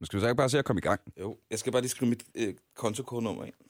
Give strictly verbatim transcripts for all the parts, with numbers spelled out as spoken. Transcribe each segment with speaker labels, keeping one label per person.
Speaker 1: Nu skal vi så ikke bare se at komme i gang.
Speaker 2: Jo, jeg skal bare lige skrive mit øh, kontokodnummer ind.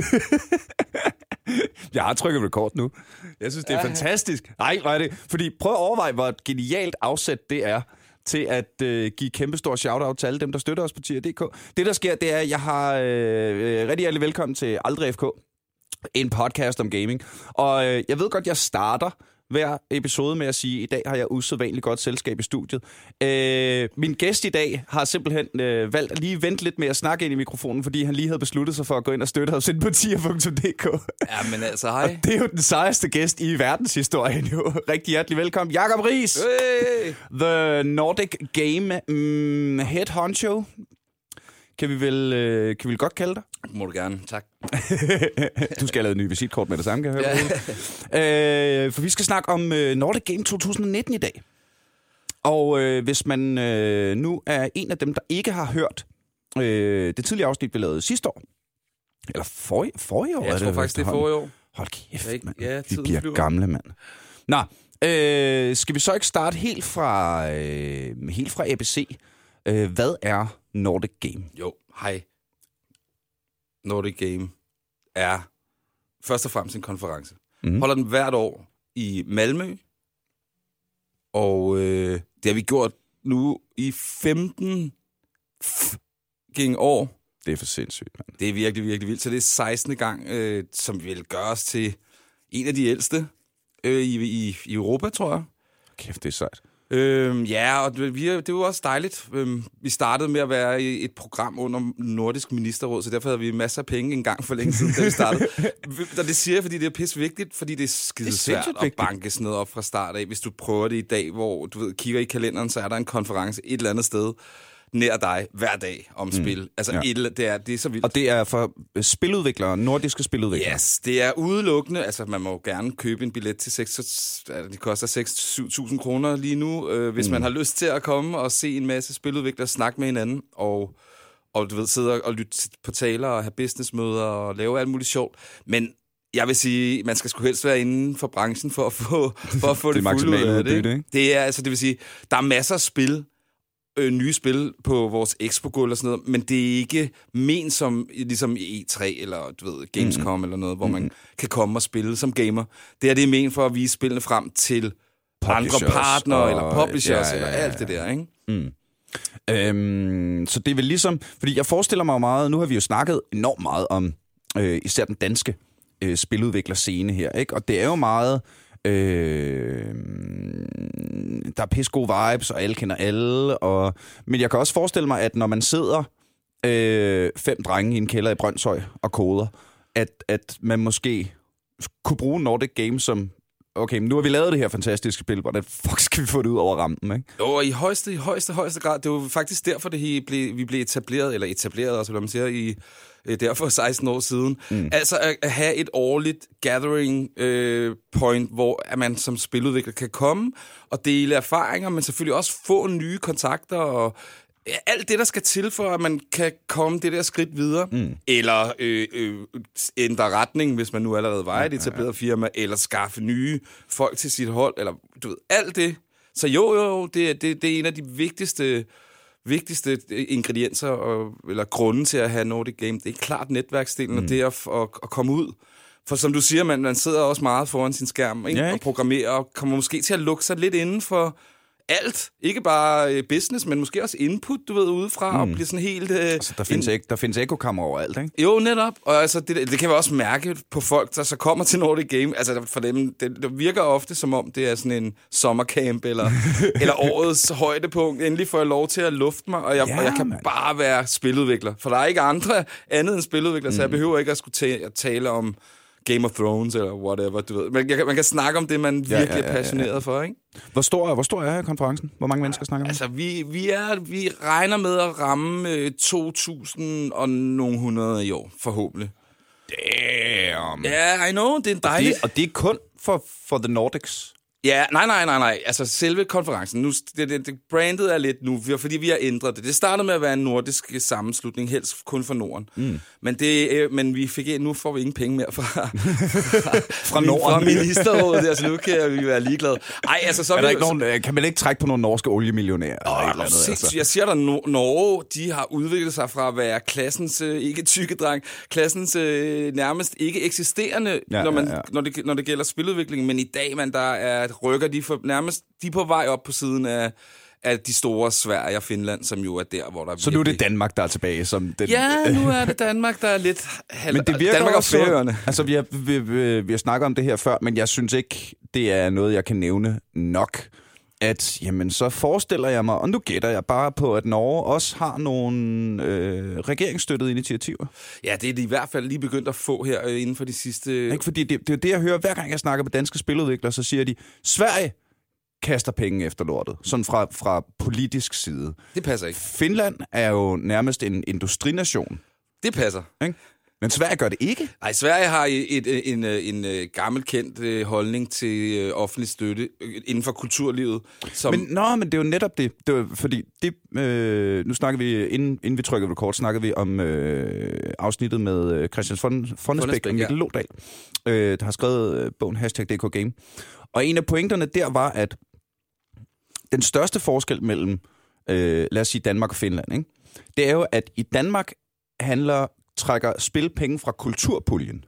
Speaker 1: Jeg har trykket record nu. Jeg synes, det er ja. fantastisk. Nej, hvad er det? Fordi prøv at overveje, hvor et genialt afsæt det er til at øh, give kæmpestor shout-out til alle dem, der støtter os på tier punktum d k. Det, der sker, det er, at jeg har øh, rigtig hjertelig velkommen til Aldrig F K. En podcast om gaming. Og øh, jeg ved godt, jeg starter hver episode med at sige, at i dag har jeg usædvanligt godt selskab i studiet. Øh, min gæst i dag har simpelthen øh, valgt at lige vente lidt med at snakke ind i mikrofonen, fordi han lige havde besluttet sig for at gå ind og støtte os ind på tier punktum d k.
Speaker 2: Ja, men altså, hej.
Speaker 1: Og det er jo den sejeste gæst i verdenshistorien jo. Rigtig hjertelig velkommen, Jakob Riis.
Speaker 2: Hey!
Speaker 1: The Nordic Game mm, Head Honcho. Kan vi vel, øh, kan vi vel godt kalde dig?
Speaker 2: Må du gerne, tak.
Speaker 1: Du skal have lavet en ny visitkort med det samme, kan jeg høre. Ja. øh, for vi skal snakke om øh, Nordic Game to tusind nitten i dag. Og øh, hvis man øh, nu er en af dem, der ikke har hørt øh, det tidligere afsnit, vi lavede sidste år, eller forrige, forrige år?
Speaker 2: Ja, jeg tror
Speaker 1: det,
Speaker 2: faktisk, det er forrige år.
Speaker 1: Hold kæft,
Speaker 2: ikke,
Speaker 1: mand.
Speaker 2: ja,
Speaker 1: Vi bliver
Speaker 2: flyver.
Speaker 1: gamle, mand. Nå, øh, skal vi så ikke starte helt fra, øh, helt fra A B C? Øh, hvad er Nordic Game?
Speaker 2: Jo, hej. Nordic Game er først og fremmest en konference. Mm. Holder den hvert år i Malmø. Og øh, det har vi gjort nu i femten f- år.
Speaker 1: Det er for sindssygt, mand.
Speaker 2: Det er virkelig, virkelig vildt. Så det er sekstende gang, øh, som vil gøre os til en af de ældste øh, i, i, i Europa, tror jeg.
Speaker 1: Kæft, det er sejt.
Speaker 2: Øhm, ja, og det, vi, det var også dejligt. Øhm, vi startede med at være i et program under Nordisk Ministerråd, så derfor havde vi masser af penge en gang for længe siden, da vi startede. Og det siger jeg, fordi det er pisse vigtigt, fordi det er skide svært at banke sådan noget op fra start af. Hvis du prøver det i dag, hvor du ved, kigger i kalenderen, så er der en konference et eller andet sted nær dig hver dag om mm. spil. Altså, ja. et, det, er, det er så vildt.
Speaker 1: Og det er for spiludviklere, nordiske spiludviklere?
Speaker 2: Yes, det er udelukkende. Altså, man må gerne købe en billet til seks, altså, de koster seks til syv tusind kroner lige nu, øh, hvis mm. man har lyst til at komme og se en masse spiludviklere snakke med hinanden, og, og du ved, sidde og lytte på taler og have businessmøder og lave alt muligt sjovt. Men jeg vil sige, man skal sgu helst være inden for branchen for at få, for at få det, det fulde ud af det. Ikke? Det er, altså, det vil sige, der er masser af spil, Øh, nye spil på vores Expo-gulv og sådan noget, men det er ikke ment som ligesom E tre eller du ved, Gamescom mm. eller noget, hvor mm. man kan komme og spille som gamer. Det er det er ment for at vise spillene frem til andre partnere og, eller publishers ja, ja, ja, ja. eller alt det der, ikke?
Speaker 1: Mm. Øhm, så det er vel ligesom, fordi jeg forestiller mig meget, nu har vi jo snakket enormt meget om øh, især den danske øh, spiludviklerscene her, ikke? Og det er jo meget Øh, der er pisse gode vibes, og alle kender alle. Og, men jeg kan også forestille mig, at når man sidder øh, fem drenge i en kælder i Brønshøj og koder, at, at man måske kunne bruge Nordic Game som, okay, men nu har vi lavet det her fantastiske spil, hvordan fuck skal vi få det ud over rampen, ikke?
Speaker 2: Jo, og i højeste, i højeste, højeste grad, det var faktisk derfor, det blev, vi blev etableret, eller etableret også, hvad man siger, i derfor seksten år siden. Mm. Altså at, at have et årligt gathering øh, point, hvor at man som spiludvikler kan komme og dele erfaringer, men selvfølgelig også få nye kontakter og alt det, der skal til for, at man kan komme det der skridt videre. Mm. Eller øh, øh, ændre retning, hvis man nu allerede var et etableret firma, eller skaffe nye folk til sit hold, eller du ved, alt det. Så jo, jo, det, det, det er en af de vigtigste vigtigste ingredienser og, eller grunden til at have Nordic Game. Det er klart netværksdelen, mm. og det at, at, at komme ud. For som du siger, man, man sidder også meget foran sin skærm, ikke? Ja, ikke? Og programmerer, og kommer måske til at lukke sig lidt inden for alt. Ikke bare business, men måske også input, du ved, udefra, mm. og blive sådan helt... Øh,
Speaker 1: altså, der findes, ek, der findes ekokammer overalt, ikke?
Speaker 2: Jo, netop. Og altså, det, det kan vi også mærke på folk, der så kommer til Nordic Game. Altså, for dem, det, det virker ofte som om, det er sådan en sommercamp, eller, eller årets højdepunkt. Endelig får jeg lov til at lufte mig, og jeg, ja, og jeg kan man. bare være spiludvikler. For der er ikke andre andet end spiludvikler, mm. så jeg behøver ikke at skulle tale, tale om Game of Thrones, eller whatever, du ved. Man, man kan snakke om det, man virkelig ja, ja, ja, ja. er passioneret for, ikke?
Speaker 1: Hvor stor, hvor stor er konferencen? Hvor mange mennesker snakker om?
Speaker 2: Altså, vi, vi, er, vi regner med at ramme øh, to tusind og nogle hundrede i år, forhåbentlig.
Speaker 1: Damn!
Speaker 2: Ja, yeah, I know, det er dejligt.
Speaker 1: Og det, og det er kun for, for The Nordics?
Speaker 2: Ja, nej, nej, nej, nej. Altså selve konferencen, nu, det, det, det, brandet er lidt nu, fordi vi har ændret det. Det startede med at være en nordisk sammenslutning, helst kun for Norden. Mm. Men, det, øh, men vi fik, nu får vi ingen penge mere fra, fra,
Speaker 1: fra Norden.
Speaker 2: Fra ministerrådet, der, så nu kan vi være ligeglade. Ej, altså, så
Speaker 1: er der
Speaker 2: vi,
Speaker 1: ikke nogen, kan man ikke trække på nogle norske oliemillionærer?
Speaker 2: Åh, eller eller andet, altså. Jeg siger dig, no- Norge, de har udviklet sig fra at være klassens øh, ikke tykkedreng, klassens øh, nærmest ikke eksisterende, ja, når, man, ja, ja. Når, det, når det gælder spiludvikling. Men i dag, man, der er rykker de for, nærmest de er på vej op på siden af, af de store Sverige og Finland, som jo er der, hvor der er
Speaker 1: så nu er det Danmark, der er tilbage? Som den...
Speaker 2: Ja, nu er det Danmark, der er lidt... Halv...
Speaker 1: Men det virker
Speaker 2: Danmark
Speaker 1: også...
Speaker 2: og Færøerne.
Speaker 1: Altså, vi har, vi, vi, vi har snakket om det her før, men jeg synes ikke, det er noget, jeg kan nævne nok. At, jamen, så forestiller jeg mig, og nu gætter jeg bare på, at Norge også har nogle øh, regeringsstøttede initiativer.
Speaker 2: Ja, det er de i hvert fald lige begyndt at få her øh, inden for de sidste...
Speaker 1: Ikke, fordi det, det er det, jeg hører, hver gang jeg snakker med danske spiludviklere, så siger de, Sverige kaster penge efter lortet, sådan fra, fra politisk side.
Speaker 2: Det passer ikke.
Speaker 1: Finland er jo nærmest en industrination.
Speaker 2: Det passer.
Speaker 1: Ikke? Men Sverige gør det ikke?
Speaker 2: Nej, Sverige har et, et, en, en, en gammelkendt holdning til offentlig støtte inden for kulturlivet. Som...
Speaker 1: Men, nå, men det er jo netop det. det var, fordi det, øh, nu snakker vi, inden, inden vi trykker record, snakker vi om øh, afsnittet med Christian Fonnesbæk og Mikkel ja. Lodal, øh, der har skrevet bogen hashtag D K Game. Og en af pointerne der var, at den største forskel mellem, øh, lad os sige Danmark og Finland, ikke? Det er jo, at i Danmark handler trækker spilpenge fra kulturpuljen,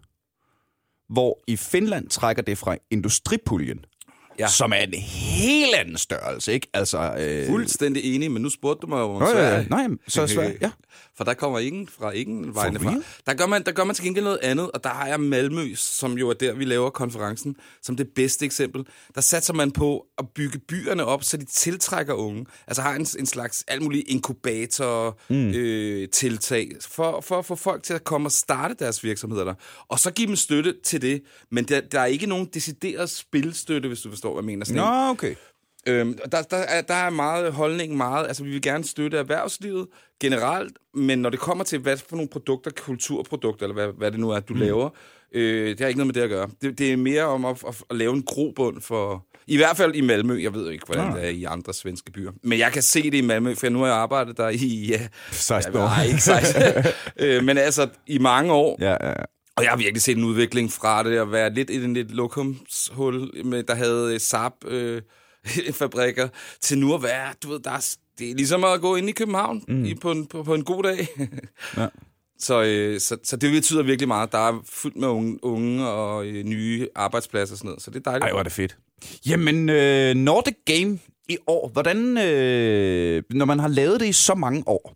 Speaker 1: hvor i Finland trækker det fra industripuljen, ja. Som er en helt anden størrelse, ikke? Altså, øh...
Speaker 2: fuldstændig enig, men nu spurgte du mig om
Speaker 1: Nå,
Speaker 2: Sverige.
Speaker 1: Ja, nej, så er Sverige, ja.
Speaker 2: For der kommer ingen fra ingen vejene fra. Der gør, man, der gør man til gengæld noget andet, og der har jeg Malmø, som jo er der, vi laver konferencen, som det bedste eksempel. Der satser man på at bygge byerne op, så de tiltrækker unge. Altså har en, en slags alt muligt inkubator-tiltag, mm. øh, for, for at få folk til at komme og starte deres virksomheder der. Og så give dem støtte til det, men der, der er ikke nogen decideret spilstøtte, hvis du forstår, hvad jeg mener. Sådan
Speaker 1: Nå, okay.
Speaker 2: Øhm, der, der, er, der er meget holdning, meget, altså vi vil gerne støtte erhvervslivet generelt, men når det kommer til, hvad for nogle produkter, kulturprodukter, eller hvad, hvad det nu er, du mm. laver, øh, det har ikke noget med det at gøre. Det, det er mere om at, at, at lave en grobund for, i hvert fald i Malmø, jeg ved ikke, hvordan ja. Det er i andre svenske byer, men jeg kan se det i Malmø, for nu har jeg arbejdet der i, ja,
Speaker 1: seksten år.
Speaker 2: Nej, ikke seksten øh, men altså i mange år.
Speaker 1: Ja, ja, ja.
Speaker 2: Og jeg har virkelig set en udvikling fra det at være lidt i den lidt lokumshul, med, der havde Saab øh, fabrikker, til nu at være, du ved, der er, det er ligesom at gå ind i København mm. i, på, en, på, på en god dag. Ja. Så, øh, så, så det betyder virkelig meget. Der er fuldt med unge, unge og øh, nye arbejdspladser og sådan noget, så det er dejligt.
Speaker 1: Ej, hvor er det fedt. Jamen, øh, Nordic Game i år, hvordan, øh, når man har lavet det i så mange år,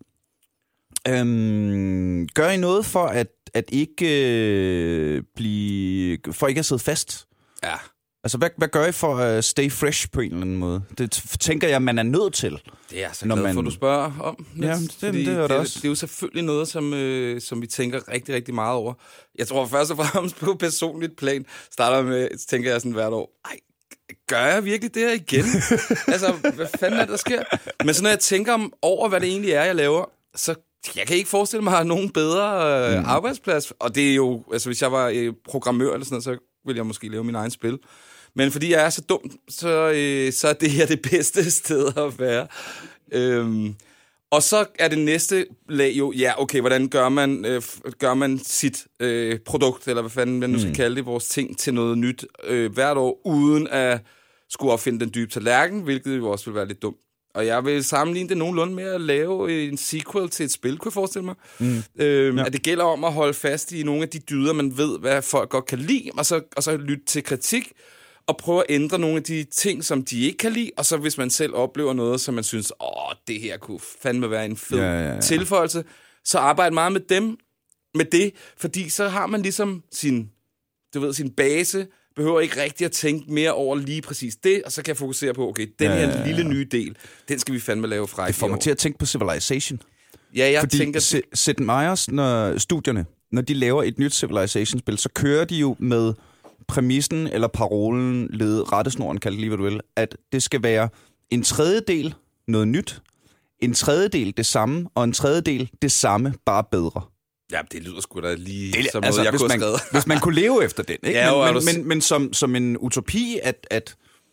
Speaker 1: øh, gør I noget for at, at ikke øh, blive, for ikke at sidde fast?
Speaker 2: Ja.
Speaker 1: Altså, hvad, hvad gør I for at stay fresh på en eller anden måde? Det tænker jeg, man er nødt til.
Speaker 2: Det er så glad man... for, du spørger om.
Speaker 1: Ja, det, det, det, det,
Speaker 2: det,
Speaker 1: også.
Speaker 2: det er jo selvfølgelig noget, som, øh, som vi tænker rigtig, rigtig meget over. Jeg tror først og fremmest på personligt plan, starter med, tænker jeg sådan hvert år, ej, gør jeg virkelig det her igen? Altså, hvad fanden er det, der sker? Men så når jeg tænker om over, hvad det egentlig er, jeg laver, så jeg kan ikke forestille mig at have nogen bedre øh, mm. arbejdsplads. Og det er jo, altså hvis jeg var øh, programmør eller sådan noget, så ville jeg måske lave min egen spil. Men fordi jeg er så dum, så, øh, så er det her det bedste sted at være. Øhm, og så er det næste lag jo, ja, okay, hvordan gør man, øh, gør man sit øh, produkt, eller hvad fanden man nu skal mm. kalde det, vores ting, til noget nyt øh, hvert år, uden at skulle opfinde den dybe tallerken, hvilket jo også vil være lidt dumt. Og jeg vil sammenligne det nogenlunde med at lave en sequel til et spil, kunne jeg forestille mig. Mm. Øhm, ja. At det gælder om at holde fast i nogle af de dyder, man ved, hvad folk godt kan lide, og så, og så lytte til kritik, og prøve at ændre nogle af de ting, som de ikke kan lide, og så hvis man selv oplever noget, som man synes, åh, det her kunne fandme være en fed ja, ja, ja. tilføjelse, så arbejde meget med dem, med det, fordi så har man ligesom sin, du ved, sin base, behøver ikke rigtig at tænke mere over lige præcis det, og så kan jeg fokusere på, okay, den her ja, ja, ja. lille nye del, den skal vi fandme lave fra.
Speaker 1: Det får mig til at tænke på Civilization.
Speaker 2: Ja, jeg
Speaker 1: fordi
Speaker 2: tænker...
Speaker 1: Fordi Sid Meier's, når studierne, når de laver et nyt Civilization-spil, så kører de jo med præmissen eller parolen, led rettesnoren, kald det lige, hvad du vil, at det skal være en tredjedel noget nyt, en tredjedel det samme, og en tredjedel det samme, bare bedre.
Speaker 2: Ja, det lyder sgu da lige
Speaker 1: det,
Speaker 2: som
Speaker 1: altså,
Speaker 2: noget, jeg
Speaker 1: hvis
Speaker 2: kunne
Speaker 1: man,
Speaker 2: have skrevet.
Speaker 1: Hvis man kunne leve efter den, ikke?
Speaker 2: Ja,
Speaker 1: men,
Speaker 2: men,
Speaker 1: men, men, men som, som en utopi, at, at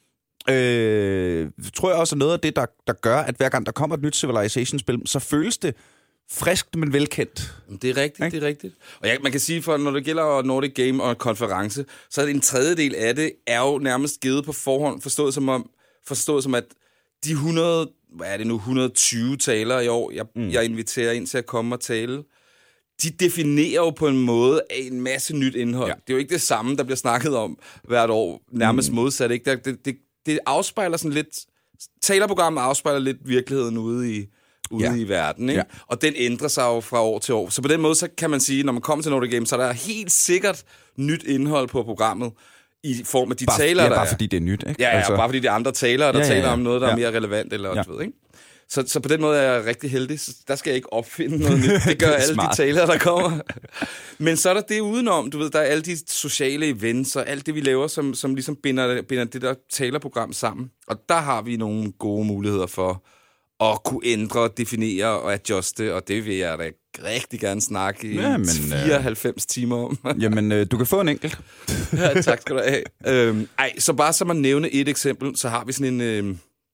Speaker 1: Øh, tror jeg også er noget af det, der, der gør, at hver gang der kommer et nyt Civilization-spil, så føles det friskt, men velkendt.
Speaker 2: Det er rigtigt, okay. det er rigtigt. Og ja, man kan sige, for når det gælder Nordic Game og konference, så er det en tredjedel af det, er jo nærmest givet på forhånd, forstået som, om, forstået som at de hundrede, hvad er det nu, et hundrede og tyve talere i år, jeg, mm. jeg inviterer ind til at komme og tale, de definerer jo på en måde af en masse nyt indhold. Ja. Det er jo ikke det samme, der bliver snakket om hvert år, nærmest mm. modsat. Ikke? Det, det, det afspejler sådan lidt, talerprogrammet afspejler lidt virkeligheden ude i ude ja. i verden, ikke? Ja. Og den ændrer sig jo fra år til år. Så på den måde, så kan man sige, når man kommer til Nordic Game, så er der helt sikkert nyt indhold på programmet, i form af de
Speaker 1: bare,
Speaker 2: talere,
Speaker 1: ja,
Speaker 2: der
Speaker 1: bare
Speaker 2: er.
Speaker 1: fordi det er nyt, ikke?
Speaker 2: Ja, ja altså. Bare fordi det er andre talere, der ja, ja, ja. taler om noget, der ja. er mere relevant, eller ja. ved, ikke? Så, så på den måde er jeg rigtig heldig. Så der skal jeg ikke opfinde noget nyt. Det gør alle de talere, der kommer. Men så er der det udenom. Du ved, der er alle de sociale events og alt det, vi laver, som, som ligesom binder, binder det der talerprogram sammen. Og der har vi nogle gode muligheder for at kunne ændre, definere og adjuste, og det vil jeg da rigtig gerne snakke i ja, men, fireoghalvfems øh, timer om.
Speaker 1: Jamen, øh, du kan få en enkelt.
Speaker 2: Ja, tak skal du have. Øhm, ej, så bare som at nævne et eksempel, så har vi sådan en... Øh,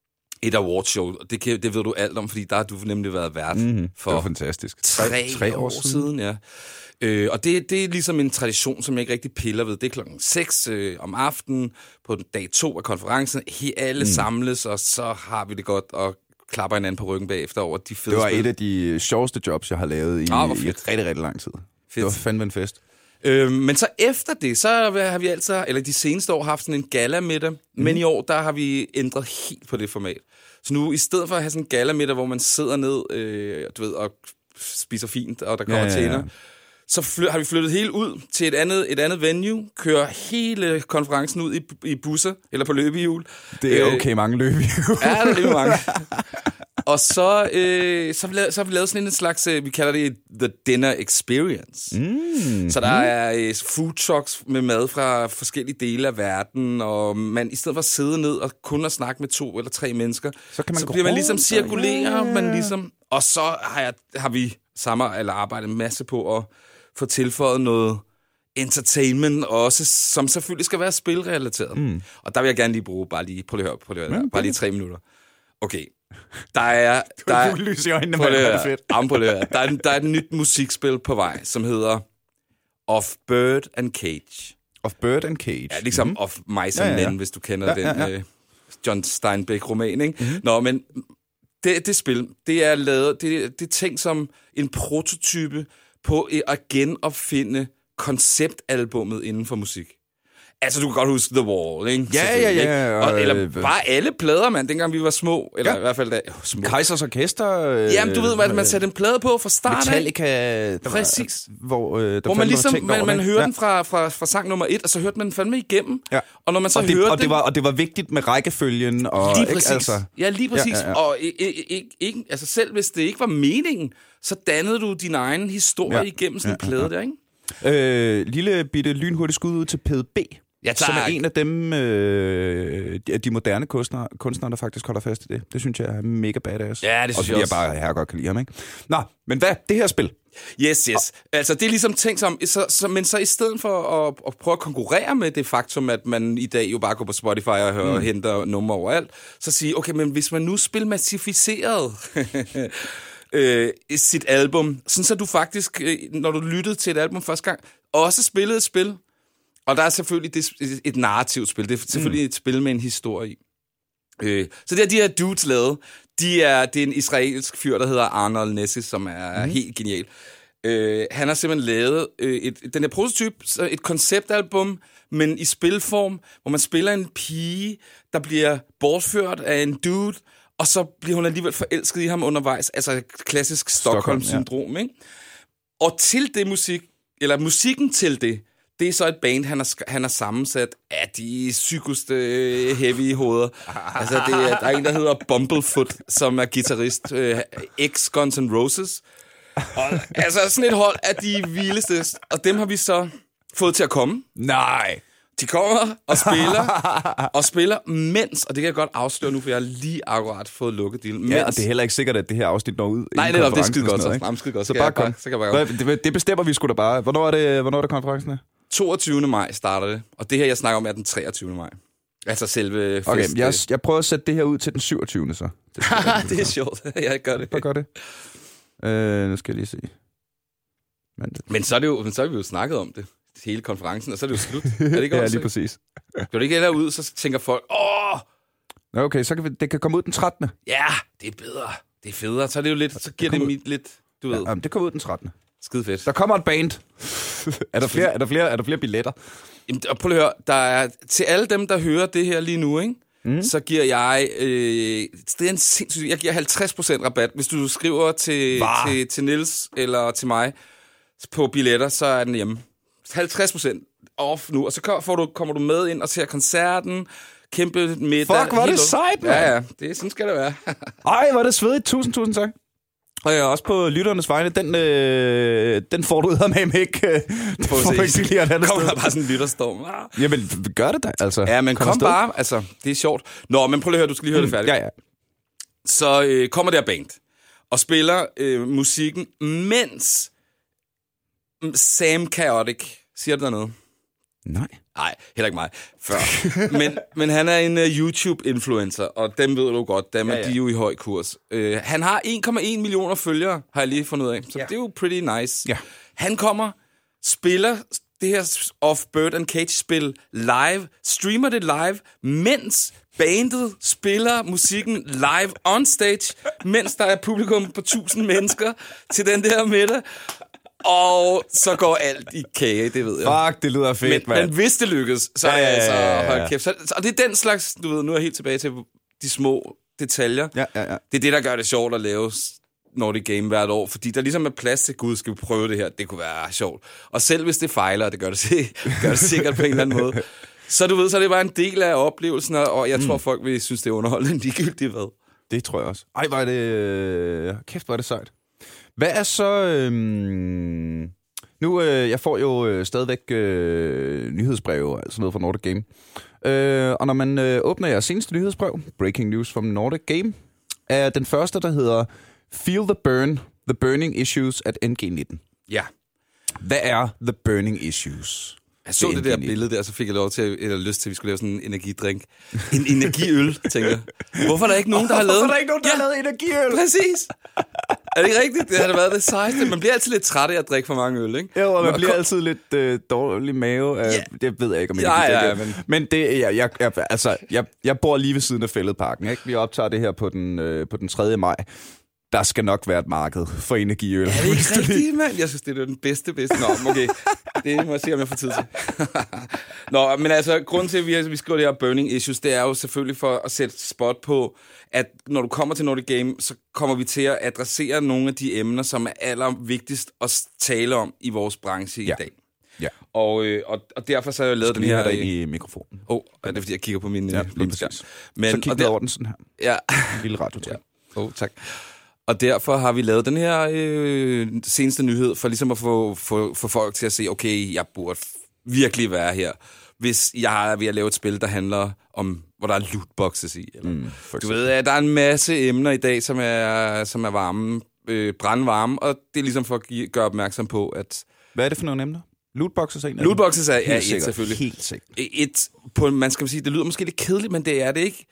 Speaker 2: et awardshow, og det, kan, det ved du alt om, fordi der har du nemlig været vært
Speaker 1: mm,
Speaker 2: for
Speaker 1: det var fantastisk.
Speaker 2: Tre, tre år siden. siden ja. øh, og det, det er ligesom en tradition, som jeg ikke rigtig piller ved. Det er klokken seks øh, om aftenen, på dag to af konferencen. Alle mm. samles, og så har vi det godt, og klapper hinanden på ryggen bagefter over de fede
Speaker 1: Det var
Speaker 2: spil.
Speaker 1: et af de sjoveste jobs, jeg har lavet i, ah, i et rigtig, rigtig lang tid. Fedt. Det var fandme en fest.
Speaker 2: Øh, men så efter det, så har vi altså, eller de seneste år, haft sådan en gala-middag, mm. men i år, der har vi ændret helt på det format. Så nu, i stedet for at have sådan en gala-middag, hvor man sidder ned, øh, du ved, og spiser fint, og der kommer ja, ja, ja. tjener, så fly- har vi flyttet helt ud til et andet, et andet venue, kører hele konferencen ud i, i busser, eller på løbehjul.
Speaker 1: Det er okay øh, mange løbehjul.
Speaker 2: Ja, det er lidt mange. Og så, øh, så, har vi lavet, så har vi lavet sådan en slags, øh, vi kalder det The Dinner Experience. Mm. Så der er øh, food trucks med mad fra forskellige dele af verden, og man i stedet for at sidde ned og kun at snakke med to eller tre mennesker, så, kan man så bliver man ligesom cirkulere, og, man ligesom, og så har, jeg, har vi sammen eller arbejdet en masse på at få tilføjet noget entertainment også, som selvfølgelig skal være spilrelateret. Mm. Og der vil jeg gerne lige bruge, bare lige, prøv lige at høre, prøv lige at høre, bare lige tre minutter. Okay. Der er der er,
Speaker 1: lys i øjnene,
Speaker 2: på det, det fedt. På det der, er, der er et nyt musikspil på vej, som hedder Of Bird and Cage.
Speaker 1: Of Bird and Cage.
Speaker 2: Ja, ligesom mm-hmm. Of Mice and ja, ja, ja. Men, hvis du kender ja, den ja, ja. Uh, John Steinbeck-roman, ikke? Mm-hmm. Nå, men det, det spil, det er lavet, det, det er tænkt som en prototype på at genopfinde konceptalbummet inden for musik. Altså, du kan godt huske The Wall, ikke?
Speaker 1: Ja, ja, ja.
Speaker 2: Og, eller bare alle plader, man, dengang vi var små. Eller ja. i hvert fald da, oh, små.
Speaker 1: Kaisers Orkester. Øh,
Speaker 2: Jamen, du ved, at man satte en plade på fra start af.
Speaker 1: Metallica.
Speaker 2: Præcis.
Speaker 1: Var, hvor øh, der
Speaker 2: hvor man ligesom, man,
Speaker 1: over,
Speaker 2: man hørte
Speaker 1: ja.
Speaker 2: den fra, fra, fra sang nummer et, og så hørte man den fandme igennem. Ja. Og når man så
Speaker 1: og det,
Speaker 2: hørte
Speaker 1: og det,
Speaker 2: den,
Speaker 1: var, og det var vigtigt med rækkefølgen. Og,
Speaker 2: lige præcis.
Speaker 1: Ikke, altså.
Speaker 2: Ja, lige præcis. Ja, ja, ja. Og ikke, ikke, ikke, altså selv hvis det ikke var meningen, så dannede du din egen historie ja. igennem sådan en ja, plade ja, ja. der, ikke?
Speaker 1: Øh, lille bitte lynhurtigt skud ud til P D B. Ja, som er en af dem, øh, de moderne kunstnere, kunstnere, der faktisk holder fast i det. Det synes jeg er mega badass.
Speaker 2: Ja, det synes
Speaker 1: jeg også. Og jeg bare her godt kan lide ham, ikke? Nå, men hvad? Det her spil?
Speaker 2: Yes, yes. Altså, det er ligesom tænkt som... Så, så, men så i stedet for at, at prøve at konkurrere med det faktum, at man i dag jo bare går på Spotify og hører mm. og henter numre overalt, så sige, okay, men hvis man nu spiller massificeret... øh, sit album, sådan så du faktisk, når du lyttede til et album første gang, også spillede et spil. Og der er selvfølgelig det, et narrativt spil. Det er selvfølgelig mm. et spil med en historie i. Øh, så det er de her dudes lavet. De er, det er en israelsk fyr, der hedder Arnold Nessis, som er mm. helt genial. Øh, han har simpelthen lavet øh, et, den her prototyp, et konceptalbum, men i spilform, hvor man spiller en pige, der bliver bortført af en dude, og så bliver hun alligevel forelsket i ham undervejs. Altså klassisk Stockholm-syndrom, ja. Ikke? Og til det musik, eller musikken til det, det er så et band, han har, han har sammensat af de sygeste heavy hoveder. Altså, det er, der er en, der hedder Bumblefoot, som er guitarist, øh, ex Guns N' Roses. Og, altså, sådan et hold af de vildeste. Og dem har vi så fået til at komme.
Speaker 1: Nej!
Speaker 2: De kommer og spiller, og spiller mens, og det kan jeg godt afsløre nu, for jeg har lige akkurat fået lukket dealen. Mens.
Speaker 1: Ja, og det er heller ikke sikkert, at det her afsnit når ud.
Speaker 2: Nej, det er, det er skide godt, så. Nej, skide godt. Så, så bare kom. Så kan jeg bare
Speaker 1: det, det bestemmer vi sgu da bare. Hvornår er det, hvornår er det konferencen?
Speaker 2: toogtyvende maj starter det, og det her, jeg snakker om, er den treogtyvende maj. Altså selve fest.
Speaker 1: Okay, jeg, jeg prøver at sætte det her ud til den syvogtyvende så.
Speaker 2: Det, det er sjovt. Jeg gør det.
Speaker 1: Jeg gør det. Øh, nu skal jeg lige se. Mandag.
Speaker 2: Men så er, det jo, så er vi jo snakket om det. Hele konferencen, og så er det jo slut. Er det ikke
Speaker 1: ja,
Speaker 2: også?
Speaker 1: lige præcis.
Speaker 2: Går det ikke ud, så tænker folk, åh!
Speaker 1: Okay, så kan vi, det kan komme ud den trettende
Speaker 2: Ja, det er bedre. Det er federe. Så er det jo lidt, så giver det, det mit lidt, du ved.
Speaker 1: Ja, det kommer ud den trettende
Speaker 2: Skide fedt.
Speaker 1: Der kommer et band. er, der flere, er, der flere, er der flere billetter?
Speaker 2: Jamen, og prøv at høre, der er, til alle dem, der hører det her lige nu, ikke? Mm. Så giver jeg, øh, det er en sindssygt, jeg giver halvtreds procent rabat. Hvis du skriver til, til, til Niels eller til mig på billetter, så er den hjemme. halvtreds procent off nu, og så får du, kommer du med ind og ser koncerten, kæmpe middag.
Speaker 1: Fuck, hvor det sejt, mand.
Speaker 2: Ja, ja, det, sådan skal det være.
Speaker 1: Ej, hvor er det svedigt. Tusind, tusind tak. Og jeg også på lytternes vegne, den, øh, den får du ud med ikke. Øh,
Speaker 2: Prøv at se. Kommer der bare sådan en lytterstorm. Ah.
Speaker 1: Jamen, gør det da, altså.
Speaker 2: Ja, men kom, kom bare, altså, det er sjovt. Nå, men prøv lige at høre, du skal lige høre mm, det færdigt.
Speaker 1: Ja, ja.
Speaker 2: Så øh, kommer der band og spiller øh, musikken, mens Sam Chaotic, siger det der noget?
Speaker 1: Nej.
Speaker 2: Nej, heller ikke mig. Før. men, men han er en uh, YouTube-influencer, og dem ved du godt, dem er ja, ja. de jo i høj kurs. Uh, han har en komma en millioner følgere, har jeg lige fundet ud af. Så ja. det er jo pretty nice. Ja. Han kommer, spiller det her Off-Bird and Cage-spil live, streamer det live, mens bandet spiller musikken live on stage, mens der er publikum på tusind mennesker til den der middag. Og så går alt i kage, det ved jeg.
Speaker 1: Fuck, det lyder fedt,
Speaker 2: men, men hvis det lykkes, så er ja, ja, ja, ja. altså, hold kæft. Så, og det er den slags, du ved, nu er jeg helt tilbage til de små detaljer.
Speaker 1: Ja, ja, ja.
Speaker 2: Det er det, der gør det sjovt at lave Nordic Game hvert år, fordi der ligesom er plads til, gud, skal vi prøve det her, det kunne være sjovt. Og selv hvis det fejler, det gør det, gør det sikkert på en eller anden måde, så du ved, så er det bare en del af oplevelsen, og jeg tror, mm. folk vil synes, det er underholdende ligegyldigt hvad.
Speaker 1: Det tror jeg også. Ej, hvor er det... Kæft, hvor er det sejt. Hvad er så... Øhm... Nu, øh, jeg får jo øh, stadigvæk øh, nyhedsbreve, altså noget fra Nordic Game. Øh, og når man øh, åbner jeres seneste nyhedsbrev, Breaking News from Nordic Game, er den første, der hedder Feel the Burn, The Burning Issues at N G nitten.
Speaker 2: Ja.
Speaker 1: Hvad er The Burning Issues?
Speaker 2: Jeg så det der billede der, så fik jeg lov til, eller lyst til, at vi skulle lave sådan en energidrink. En energiøl, tænker jeg. Hvorfor er der ikke nogen, der har lavet...
Speaker 1: Hvorfor er der ikke nogen, der ja, har lavet energiøl?
Speaker 2: Præcis. Er det ikke rigtigt? Det har da været det sejeste. Man bliver altid lidt træt af at drikke for mange øl, ikke?
Speaker 1: Jo, og man Nå, bliver kom... altid lidt øh, dårlig mave. Øh, yeah. Det ved jeg ikke, om jeg
Speaker 2: ja,
Speaker 1: kan
Speaker 2: ja, ja, men...
Speaker 1: men det, jeg, jeg, jeg, altså, jeg, jeg bor lige ved siden af Fælledparken, ikke? Vi optager det her på den, øh, på den tredje maj. Der skal nok være et marked for energiøl.
Speaker 2: Ja, det er ikke rigtigt, mand. Jeg synes, det er den bedste, bedste. Nå, okay. Det må jeg se, om jeg får tid til. Nå, men altså, grunden til, at vi skriver det her Burning Issues, det er jo selvfølgelig for at sætte spot på, at når du kommer til Nordic Game, så kommer vi til at adressere nogle af de emner, som er allervigtigst at tale om i vores branche
Speaker 1: ja.
Speaker 2: i dag.
Speaker 1: Ja.
Speaker 2: Og, øh, og, og derfor så har jeg lavet den her...
Speaker 1: Skal i mikrofonen?
Speaker 2: Åh, oh, det er fordi, jeg kigger på min...
Speaker 1: Ja, lige præcis. Men, så kig der over den sådan her.
Speaker 2: Ja.
Speaker 1: En lille radiotræk.
Speaker 2: Ja. Åh, oh, tak. Og derfor har vi lavet den her øh, seneste nyhed, for ligesom at få, få, få folk til at se, okay, jeg burde virkelig være her, hvis jeg er ved at lave et spil, der handler om, hvor der er lootboxes i. Eller. Mm, du ved, at der er en masse emner i dag, som er, som er varme, øh, brandvarme, og det er ligesom for at give, gøre opmærksom på, at...
Speaker 1: Hvad er det for nogle emner? Lootboxes er en af dem?
Speaker 2: Lootboxes er, er et,
Speaker 1: sikkert.
Speaker 2: selvfølgelig.
Speaker 1: Helt sikkert.
Speaker 2: Et, på, man skal sige, det lyder måske lidt kedeligt, men det er det ikke.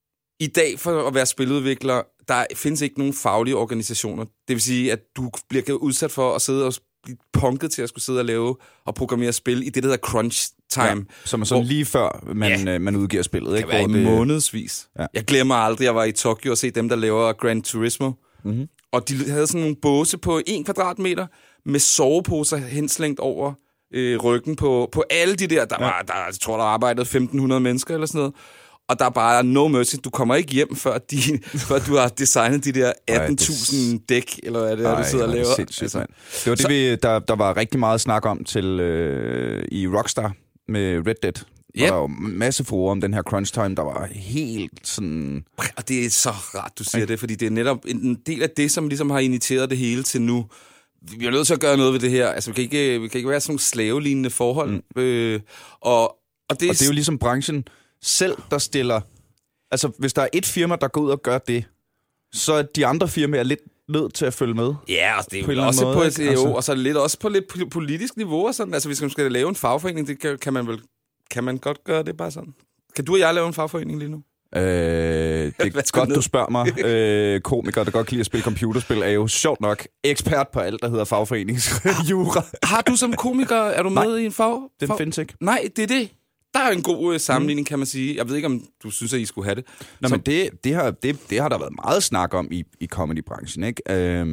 Speaker 2: I dag, for at være spiludvikler, der findes ikke nogen faglige organisationer. Det vil sige, at du bliver udsat for at sidde og blive punket til at skulle sidde og lave og programmere spil i det, der hedder crunch time. Ja,
Speaker 1: som er sådan hvor, lige før, man, ja, man udgiver spillet.
Speaker 2: Ikke? Det kan være i månedsvis. Ja. Jeg glemmer aldrig, jeg var i Tokyo og se dem, der laver Gran Turismo. Mm-hmm. Og de havde sådan nogle båse på en kvadratmeter med soveposer henslængt over øh, ryggen på, på alle de der. Der ja. var, der, jeg tror, der arbejdede femten hundrede mennesker eller sådan noget. Og der er bare no mercy. Du kommer ikke hjem, før, de, før du har designet de der atten tusind dæk, eller hvad det er, du sidder og laver.
Speaker 1: Altså. Det var det, så... vi, der, der var rigtig meget snak om til øh, i Rockstar med Red Dead. Yep. Der var jo masse forum om den her crunch time, der var helt sådan...
Speaker 2: Og det er så rart, du siger okay. det, fordi det er netop en del af det, som ligesom har initieret det hele til nu. Vi er nødt til at gøre noget ved det her. Altså, vi kan ikke, vi kan ikke være sådan nogle slavelignende forhold. Mm. Øh, og, og, det er...
Speaker 1: og det er jo ligesom branchen selv, der stiller... Altså, hvis der er et firma, der går ud og gør det, så er de andre firmaer lidt nødt til at følge med.
Speaker 2: Ja, altså, det er jo også måde, på et C E O, altså. Og så lidt også på lidt politisk niveau og sådan. Altså, hvis man skal lave en fagforening, det kan, kan man vel... Kan man godt gøre det bare sådan? Kan du og jeg lave en fagforening lige nu?
Speaker 1: Øh, det er godt, du spørger mig. Øh, komikere, der godt kan lide at spille computerspil, er jo sjovt nok ekspert på alt, der hedder fagforeningsjura.
Speaker 2: Har du som komiker, er du med
Speaker 1: Nej,
Speaker 2: i en fag?
Speaker 1: den
Speaker 2: fag?
Speaker 1: findes ikke.
Speaker 2: Nej, det er det. Der er en god uh, sammenligning, mm. kan man sige. Jeg ved ikke, om du synes, at I skulle have det.
Speaker 1: Nå,
Speaker 2: Så...
Speaker 1: men det, det, har, det, det har der været meget snak om i, i comedybranchen, ikke?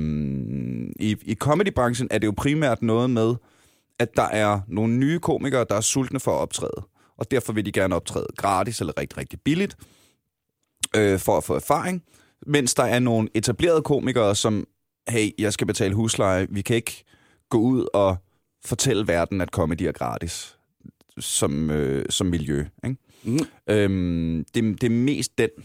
Speaker 1: Øhm, i, I comedybranchen er det jo primært noget med, at der er nogle nye komikere, der er sultne for at optræde. Og derfor vil de gerne optræde gratis eller rigtig, rigtig billigt, øh, for at få erfaring. Mens der er nogle etablerede komikere, som, hey, jeg skal betale husleje. Vi kan ikke gå ud og fortælle verden, at comedy er gratis som, øh, som miljø. Ikke? Mm. Øhm, det, det er mest den.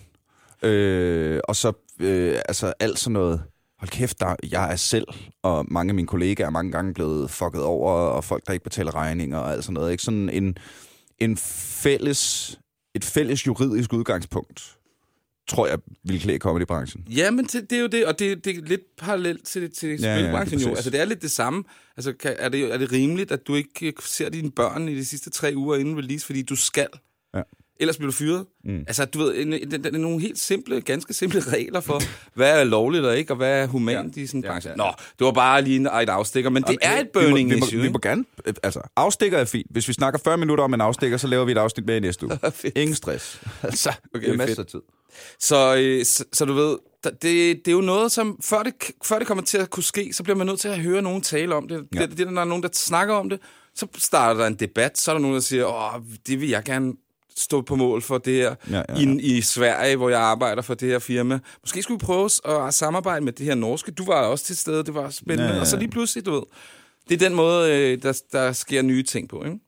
Speaker 1: Øh, og så øh, altså alt sådan noget. Hold kæft, der, jeg er selv, og mange af mine kollegaer er mange gange blevet fucket over, og folk, der ikke betaler regninger og alt sådan noget. Ikke? Sådan en, en fælles, et fælles juridisk udgangspunkt, tror jeg, vil klæde comedybranchen.
Speaker 2: Ja, men det, det er jo det, og det, det er lidt parallelt til, til
Speaker 1: ja,
Speaker 2: spilbranchen
Speaker 1: ja,
Speaker 2: jo. Altså, det er lidt det samme. Altså, kan, er, det, er det rimeligt, at du ikke ser dine børn i de sidste tre uger inden release, fordi du skal? Ja. Ellers bliver du fyret. Mm. Altså, du ved, der er nogle helt simple, ganske simple regler for, hvad er lovligt og ikke, og hvad er humant ja. i sådan en branche. Ja, ja, ja. Nå, det var bare lige en, et afstikker, men det er et burning
Speaker 1: vi må,
Speaker 2: issue,
Speaker 1: vi må, vi må gerne, altså, afstikker er fint. Hvis vi snakker fyrre minutter om en afstikker, så laver vi et afsnit med i næste uge. Ingen stress. Altså, okay, det er masser af tid.
Speaker 2: Så, øh, så, så du ved, det, det er jo noget, som før det, før det kommer til at kunne ske, så bliver man nødt til at høre nogen tale om det. Ja. Det, det, når der er nogen, der snakker om det, så starter der en debat, så er der nogen, der siger, åh, det vil jeg gerne stå på mål for det her ja, ja, ja. I, i Sverige, hvor jeg arbejder for det her firma. Måske skulle vi prøve at samarbejde med det her norske. Du var også til stede, det var spændende. Ja, ja, ja. Og så lige pludselig, du ved, det er den måde, der, der sker nye ting på. Ikke?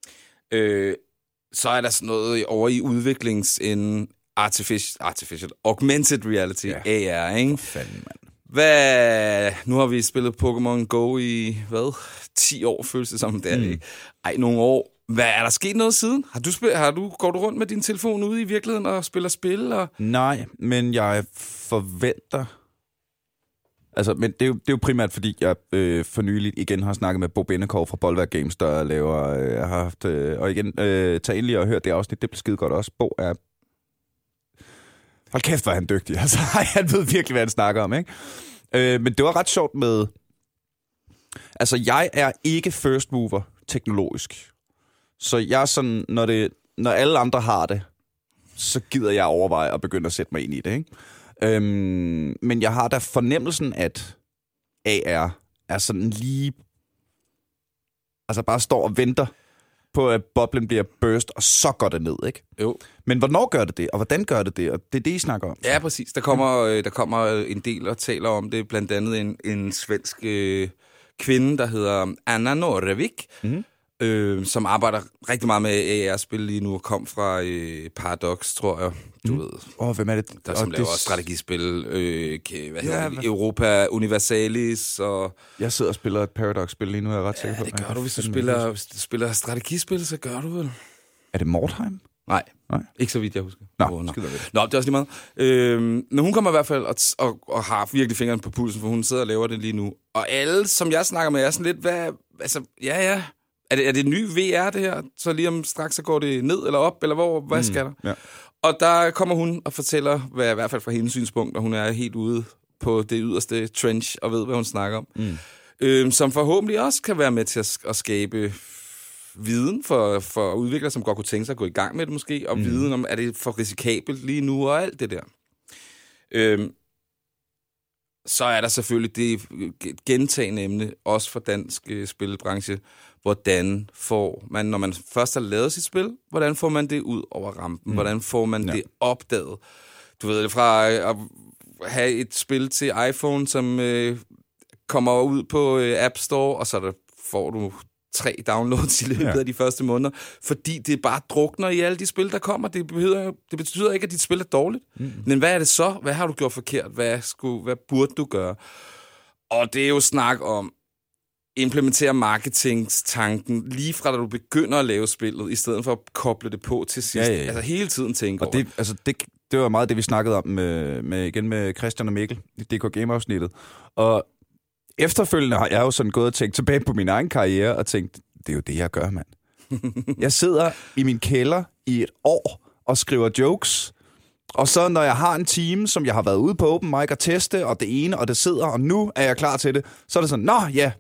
Speaker 2: Øh, så er der sådan noget over i udviklingsenden, artificial, artificial, augmented reality, ja. A R, ikke?
Speaker 1: Fanden, mand.
Speaker 2: Hvad? Nu har vi spillet Pokémon Go i, hvad? ti år, føles det som det er, mm. ikke? Ej, nogle år. Hvad er der sket noget siden? Har du, spil- har du går du rundt med din telefon ude i virkeligheden og spiller spil? Og...
Speaker 1: Nej, men jeg forventer... Altså, men det er jo, det er jo primært, fordi jeg øh, for nyligt igen har snakket med Bo Bennekov fra Bollwerk Games, der laver... Øh, jeg har haft... Øh, og igen, øh, tag endelig og hør det afsnit, det bliver skide godt også. Bo er... Hold kæft, hvor er han dygtig. Altså, han ved virkelig, hvad han snakker om, ikke? Øh, men det var ret sjovt med... Altså, jeg er ikke first mover teknologisk. Så jeg er sådan, når, det, når alle andre har det, så gider jeg overveje at begynde at sætte mig ind i det, ikke? Øhm, men jeg har da fornemmelsen, at A R er sådan lige... Altså bare står og venter på, at boblen bliver burst, og så går det ned, ikke?
Speaker 2: Jo.
Speaker 1: Men hvornår gør det det, og hvordan gør det det? Og det er det, I snakker om.
Speaker 2: Ja, præcis. Der kommer, der kommer en del og taler om det. Blandt andet en, en svensk øh, kvinde, der hedder Anna Norrevik, mm-hmm. Øh, som arbejder rigtig meget med A R-spil lige nu, og kom fra øh, Paradox, tror jeg. Du mm. ved.
Speaker 1: Åh, oh, hvem er det?
Speaker 2: Der som oh, laver det... strategispil. Øh, hvad hedder ja, det? Europa Universalis. Og...
Speaker 1: Jeg sidder og spiller et Paradox-spil lige nu, er jeg ret sikker
Speaker 2: på. Ja, det gør du. Hvis du spiller, hvis du spiller strategispil, så gør du vel.
Speaker 1: Er det Mordheim?
Speaker 2: Nej, Nej, ikke så vidt jeg husker.
Speaker 1: Nå,
Speaker 2: oh, no. Nå, det er også lige meget. Øh, men hun kommer i hvert fald og, og, og har virkelig fingeren på pulsen, for hun sidder og laver det lige nu. Og alle, som jeg snakker med, er sådan lidt, hvad... Altså, ja, ja... Er det, er det ny V R, det her? Så lige om straks, så går det ned eller op, eller hvor? Hvad skal der? Mm, ja. Og der kommer hun og fortæller, hvad i hvert fald fra hendes synspunkt, og hun er helt ude på det yderste trench, og ved, hvad hun snakker om. Mm. Øhm, som forhåbentlig også kan være med til at, at skabe viden for, for udviklere, som godt kunne tænke sig at gå i gang med det måske, og mm. viden om, er det for risikabelt lige nu, og alt det der. Øhm, så er der selvfølgelig det gentagende emne, også for dansk øh, spilbranche. Hvordan får man, når man først har lavet sit spil, hvordan får man det ud over rampen? Mm. Hvordan får man ja. det opdaget? Du ved, fra at have et spil til iPhone, som øh, kommer ud på øh, App Store, og så der får du tre downloads i løbet ja. af de første måneder, fordi det bare drukner i alle de spil, der kommer. Det betyder, det betyder ikke, at dit spil er dårligt. Mm. Men hvad er det så? Hvad har du gjort forkert? Hvad, skulle, hvad burde du gøre? Og det er jo snak om implementere marketingstanken lige fra da du begynder at lave spillet, i stedet for at koble det på til sidst. Ja, ja, ja. Altså hele tiden tænke over
Speaker 1: det. Altså det, det var meget det, vi snakkede om med, med, igen med Christian og Mikkel i D K Game-afsnittet. Og efterfølgende har jeg jo sådan gået og tænkt tilbage på min egen karriere og tænkt, det er jo det, jeg gør, mand. Jeg sidder i min kælder i et år og skriver jokes. Og så når jeg har en team, som jeg har været ude på open mic og teste, og det ene, og det sidder, og nu er jeg klar til det, så er det sådan, nå ja,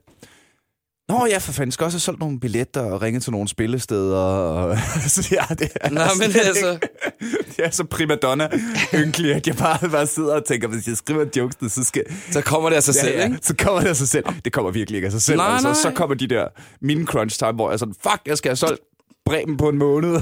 Speaker 1: Nå ja, for fanden, skal også have solgt nogle billetter og ringe til nogle spillesteder. Og så ja, det er,
Speaker 2: Nå, men altså...
Speaker 1: det er så primadonna ynkelig, at jeg bare, bare sidder og tænker, hvis jeg skriver jokesene, så skal...
Speaker 2: Så kommer det af sig
Speaker 1: ja,
Speaker 2: selv,
Speaker 1: ja,
Speaker 2: ikke?
Speaker 1: Så kommer det af sig selv. Det kommer virkelig ikke af sig selv.
Speaker 2: Nej,
Speaker 1: altså.
Speaker 2: nej.
Speaker 1: Så kommer de der mini crunch time, hvor jeg er sådan, fuck, jeg skal have solgt Bremen på en måned.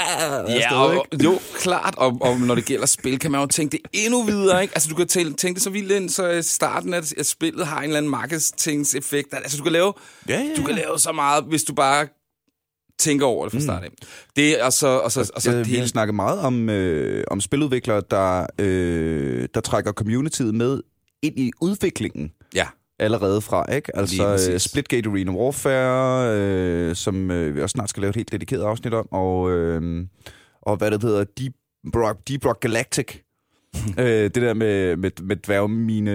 Speaker 2: Ja, og, jo, klart. Og, og når det gælder spil, kan man jo tænke det endnu videre, ikke? Altså, du kan tænke, tænke det så vildt ind, så starten af at spillet har en eller anden marketingseffekt. Altså, du kan lave,
Speaker 1: ja, ja.
Speaker 2: du kan lave så meget, hvis du bare tænker over det fra start af. Mm. Det og så og så og så
Speaker 1: det, vi har snakket meget om øh, om spiludviklere, der øh, der trækker communityet med ind i udviklingen.
Speaker 2: Ja.
Speaker 1: Allerede fra, ikke? Altså uh, Splitgate Arena Warfare, øh, som øh, vi også snart skal lave et helt dedikeret afsnit om, og, øh, og hvad det hedder, Deep Rock, Deep Rock Galactic. øh, det der med, med, med dværgmine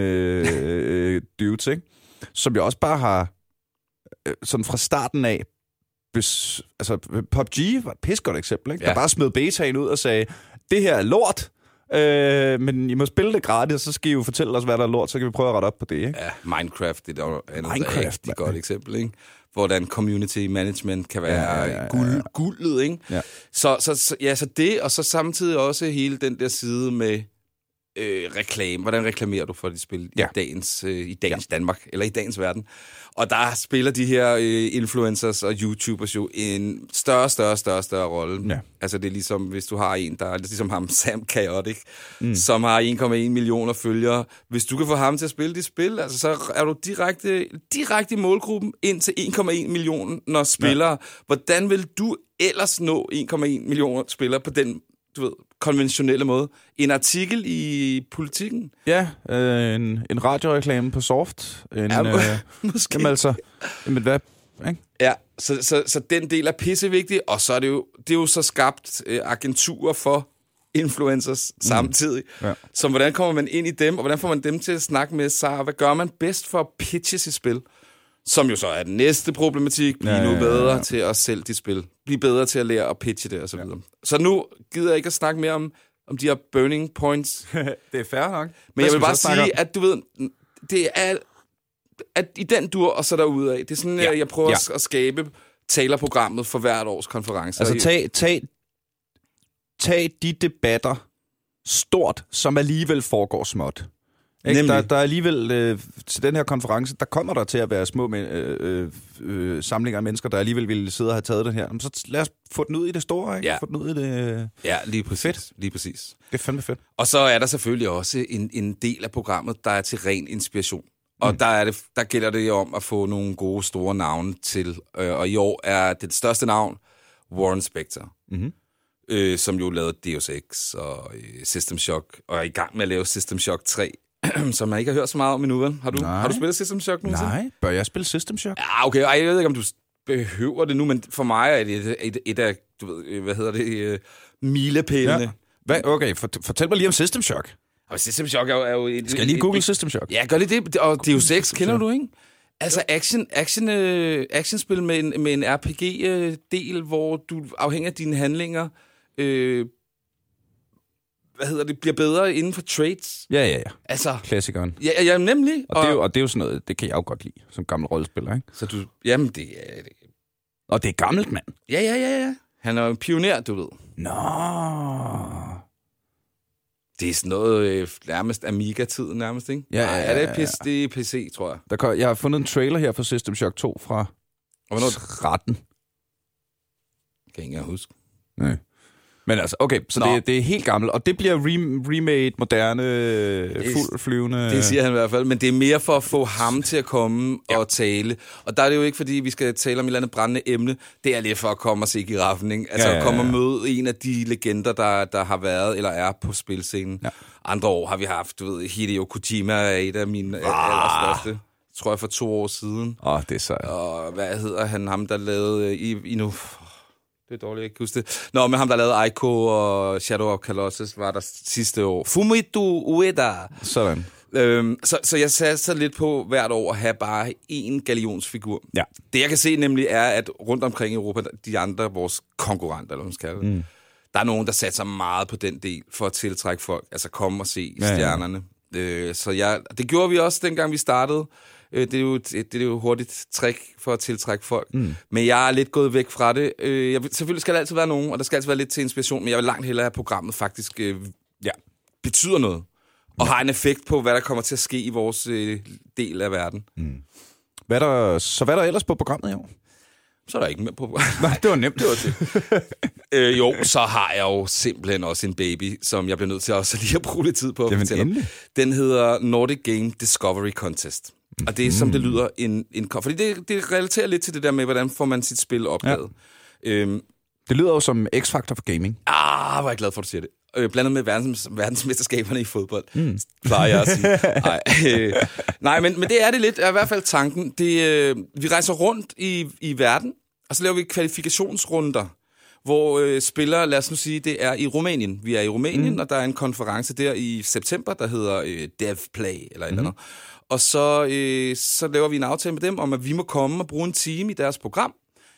Speaker 1: øh, dudes, ikke? Som jeg også bare har, øh, sådan fra starten af, hvis, altså P U B G var et pissegodt eksempel, ikke? Ja. Der bare smed betaen ud og sagde, det her er lort, Øh, men I må spille det gratis, så skal I jo fortælle os, hvad der er lort, så kan vi prøve at rette op på det, ikke?
Speaker 2: Ja, Minecraft, det er et
Speaker 1: Minecraft,
Speaker 2: rigtig godt eksempel, ikke? Hvordan community management kan være
Speaker 1: ja, ja, ja, ja.
Speaker 2: Guld, guldet, ikke?
Speaker 1: Ja.
Speaker 2: Så, så, så, ja, så det, og så samtidig også hele den der side med øh, reklame. Hvordan reklamerer du for dit spil ja. i dagens, øh, i dagens ja. Danmark, eller i dagens verden? Og der spiller de her øh, influencers og YouTubers jo en større, større, større, større rolle. Ja. Altså det er ligesom, hvis du har en, der er ligesom ham, Sam Chaotic, mm. som har en komma en millioner følgere. Hvis du kan få ham til at spille dit spil, altså, så er du direkte, direkte i målgruppen ind til en komma en millioner spillere. Ja. Hvordan vil du ellers nå en komma en millioner spillere på den, du ved, konventionelle måde? En artikel i Politikken?
Speaker 1: Ja, øh, en, en radioreklame på Soft. En,
Speaker 2: ja,
Speaker 1: øh,
Speaker 2: måske.
Speaker 1: Jamen altså, jamen hvad, ikke?
Speaker 2: Ja, så, så, så den del er pissevigtig, og så er det jo, det er jo så skabt øh, agenturer for influencers mm. samtidig. Ja. Så hvordan kommer man ind i dem, og hvordan får man dem til at snakke med sig? Hvad gør man bedst for at pitche sit spil? Som jo så er den næste problematik. Bliv ja, nu bedre ja, ja, ja. til at sælge dit spil. Bliv bedre til at lære at pitche det, og så videre. Ja. Så nu gider jeg ikke at snakke mere om, om de her burning points.
Speaker 1: Det er fair nok.
Speaker 2: Men jeg vil bare sige, at du ved, det er at i den dur, og så derudad. Det er sådan, ja. jeg prøver ja. at skabe talerprogrammet for hvert års konference.
Speaker 1: Altså tag, tag, tag de debatter stort, som alligevel foregår småt. Der, der er alligevel, øh, til den her konference, der kommer der til at være små øh, øh, øh, samlinger af mennesker, der alligevel ville sidde og have taget den her. Men så lad os få den ud i det store, ikke?
Speaker 2: Ja.
Speaker 1: Få den ud i det...
Speaker 2: Ja, lige præcis.
Speaker 1: Fedt.
Speaker 2: Lige præcis.
Speaker 1: Det er fandme fedt.
Speaker 2: Og så er der selvfølgelig også en, en del af programmet, der er til ren inspiration. Og mm. der, er det, der gælder det om at få nogle gode, store navne til. Øh, og i år er det største navn Warren Spector. Mm-hmm. Øh, som jo lavede Deus Ex og øh, System Shock, og er i gang med at lave System Shock tre, som man ikke har hørt så meget om endnu, vel? Har du, har du spillet System Shock nogensinde?
Speaker 1: Nej, bør jeg spille System Shock?
Speaker 2: Ja, okay, Ej, jeg ved ikke, om du behøver det nu, men for mig er det et, et, et af, du ved, hvad hedder det, uh, milepælene. Ja.
Speaker 1: Hvad? Okay, fortæl mig lige om System Shock.
Speaker 2: Og System Shock er jo... Er jo et,
Speaker 1: Skal jeg lige google
Speaker 2: et,
Speaker 1: System Shock?
Speaker 2: Ja, gør lige det. Og Deus Ex, kender du, ikke? Altså action, action, uh, actionspil med en, med en R P G-del, hvor du afhængig af dine handlinger... Uh, hvad hedder det, bliver bedre inden for trades.
Speaker 1: Ja, ja, ja.
Speaker 2: Altså...
Speaker 1: Klassikeren.
Speaker 2: Ja, ja, nemlig.
Speaker 1: Og, og, det er jo, og det er jo sådan noget, det kan jeg jo godt lide, som gammel rollespiller, ikke?
Speaker 2: Så du... Jamen, det er... Det...
Speaker 1: Og det er gammelt, mand.
Speaker 2: Ja, ja, ja, ja. Han er jo en pioner, du ved.
Speaker 1: Nå.
Speaker 2: Det er sådan noget øh, nærmest Amiga-tid, nærmest, ikke?
Speaker 1: Ja, ja, ja,
Speaker 2: ja, ja. Er det,
Speaker 1: ja.
Speaker 2: det er P C, tror jeg.
Speaker 1: Der kan, jeg har fundet en trailer her for System Shock to fra tretten.
Speaker 2: Kan jeg ikke engang huske.
Speaker 1: Nej. Men altså, okay, så det, det er helt gammelt, og det bliver re- remade, moderne, fuld flyvende...
Speaker 2: Det siger han i hvert fald, men det er mere for at få ham til at komme ja. og tale. Og der er det jo ikke, fordi vi skal tale om et eller andet brændende emne, det er lidt for at komme og se giraffen, ikke? Altså ja, ja, ja. at komme og møde en af de legender, der, der har været eller er på spilscenen. Ja. Andre år har vi haft, du ved, Hideo Kojima er et af mine ah. allerstørste, tror jeg, for to år siden.
Speaker 1: Åh, oh, det er sejt.
Speaker 2: Og hvad hedder han, ham der lavede i, i nu... Det er dårligt, jeg ikke huske det. Nå, men ham, der lavede Ico og Shadow of Colossus, var der sidste år. Fumito Ueda.
Speaker 1: Sådan.
Speaker 2: Øhm, så, så jeg satser lidt på hvert år at have bare én galionsfigur.
Speaker 1: Ja.
Speaker 2: Det, jeg kan se nemlig, er, at rundt omkring i Europa, de andre, vores konkurrenter, eller hvad man skal kalde det, mm. der er nogen, der satser meget på den del for at tiltrække folk, altså komme og se ja, stjernerne. Ja. Øh, så jeg, det gjorde vi også, dengang vi startede. Øh, det, er jo, det, det er jo hurtigt trick for at tiltrække folk. Mm. Men jeg er lidt gået væk fra det. Øh, jeg, selvfølgelig skal der altid være nogen, og der skal altid være lidt til inspiration, men jeg vil langt hellere have, at programmet faktisk øh, ja, betyder noget. Og ja. har en effekt på, hvad der kommer til at ske i vores øh, del af verden. Mm.
Speaker 1: Hvad der, så hvad er der ellers på programmet i år?
Speaker 2: Så er der ikke mere på programmet.
Speaker 1: Nej, det var nemt.
Speaker 2: Det var det. øh, jo, så har jeg jo simpelthen også en baby, som jeg bliver nødt til også lige at bruge lidt tid på at fortælle om. Den hedder Nordic Game Discovery Contest. Og det er, mm. som det lyder, en, en... Fordi det, det relaterer lidt til det der med, hvordan får man sit spil opdaget. Ja. Øhm,
Speaker 1: det lyder jo som X-Factor for gaming.
Speaker 2: Ah, hvor er jeg glad for, at du siger det. Øh, blandet med verdens, verdensmesterskaberne i fodbold, mm. plejer jeg at sige. Nej, øh, nej men, men det er det lidt, er i hvert fald tanken. Det, øh, vi rejser rundt i, i verden, og så laver vi kvalifikationsrunder, hvor øh, spillere, lad os nu sige, det er i Rumænien. Vi er i Rumænien, mm. og der er en konference der i september, der hedder øh, DevPlay, eller et mm. eller andet. Og så, øh, så laver vi en aftale med dem om, at vi må komme og bruge en time i deres program,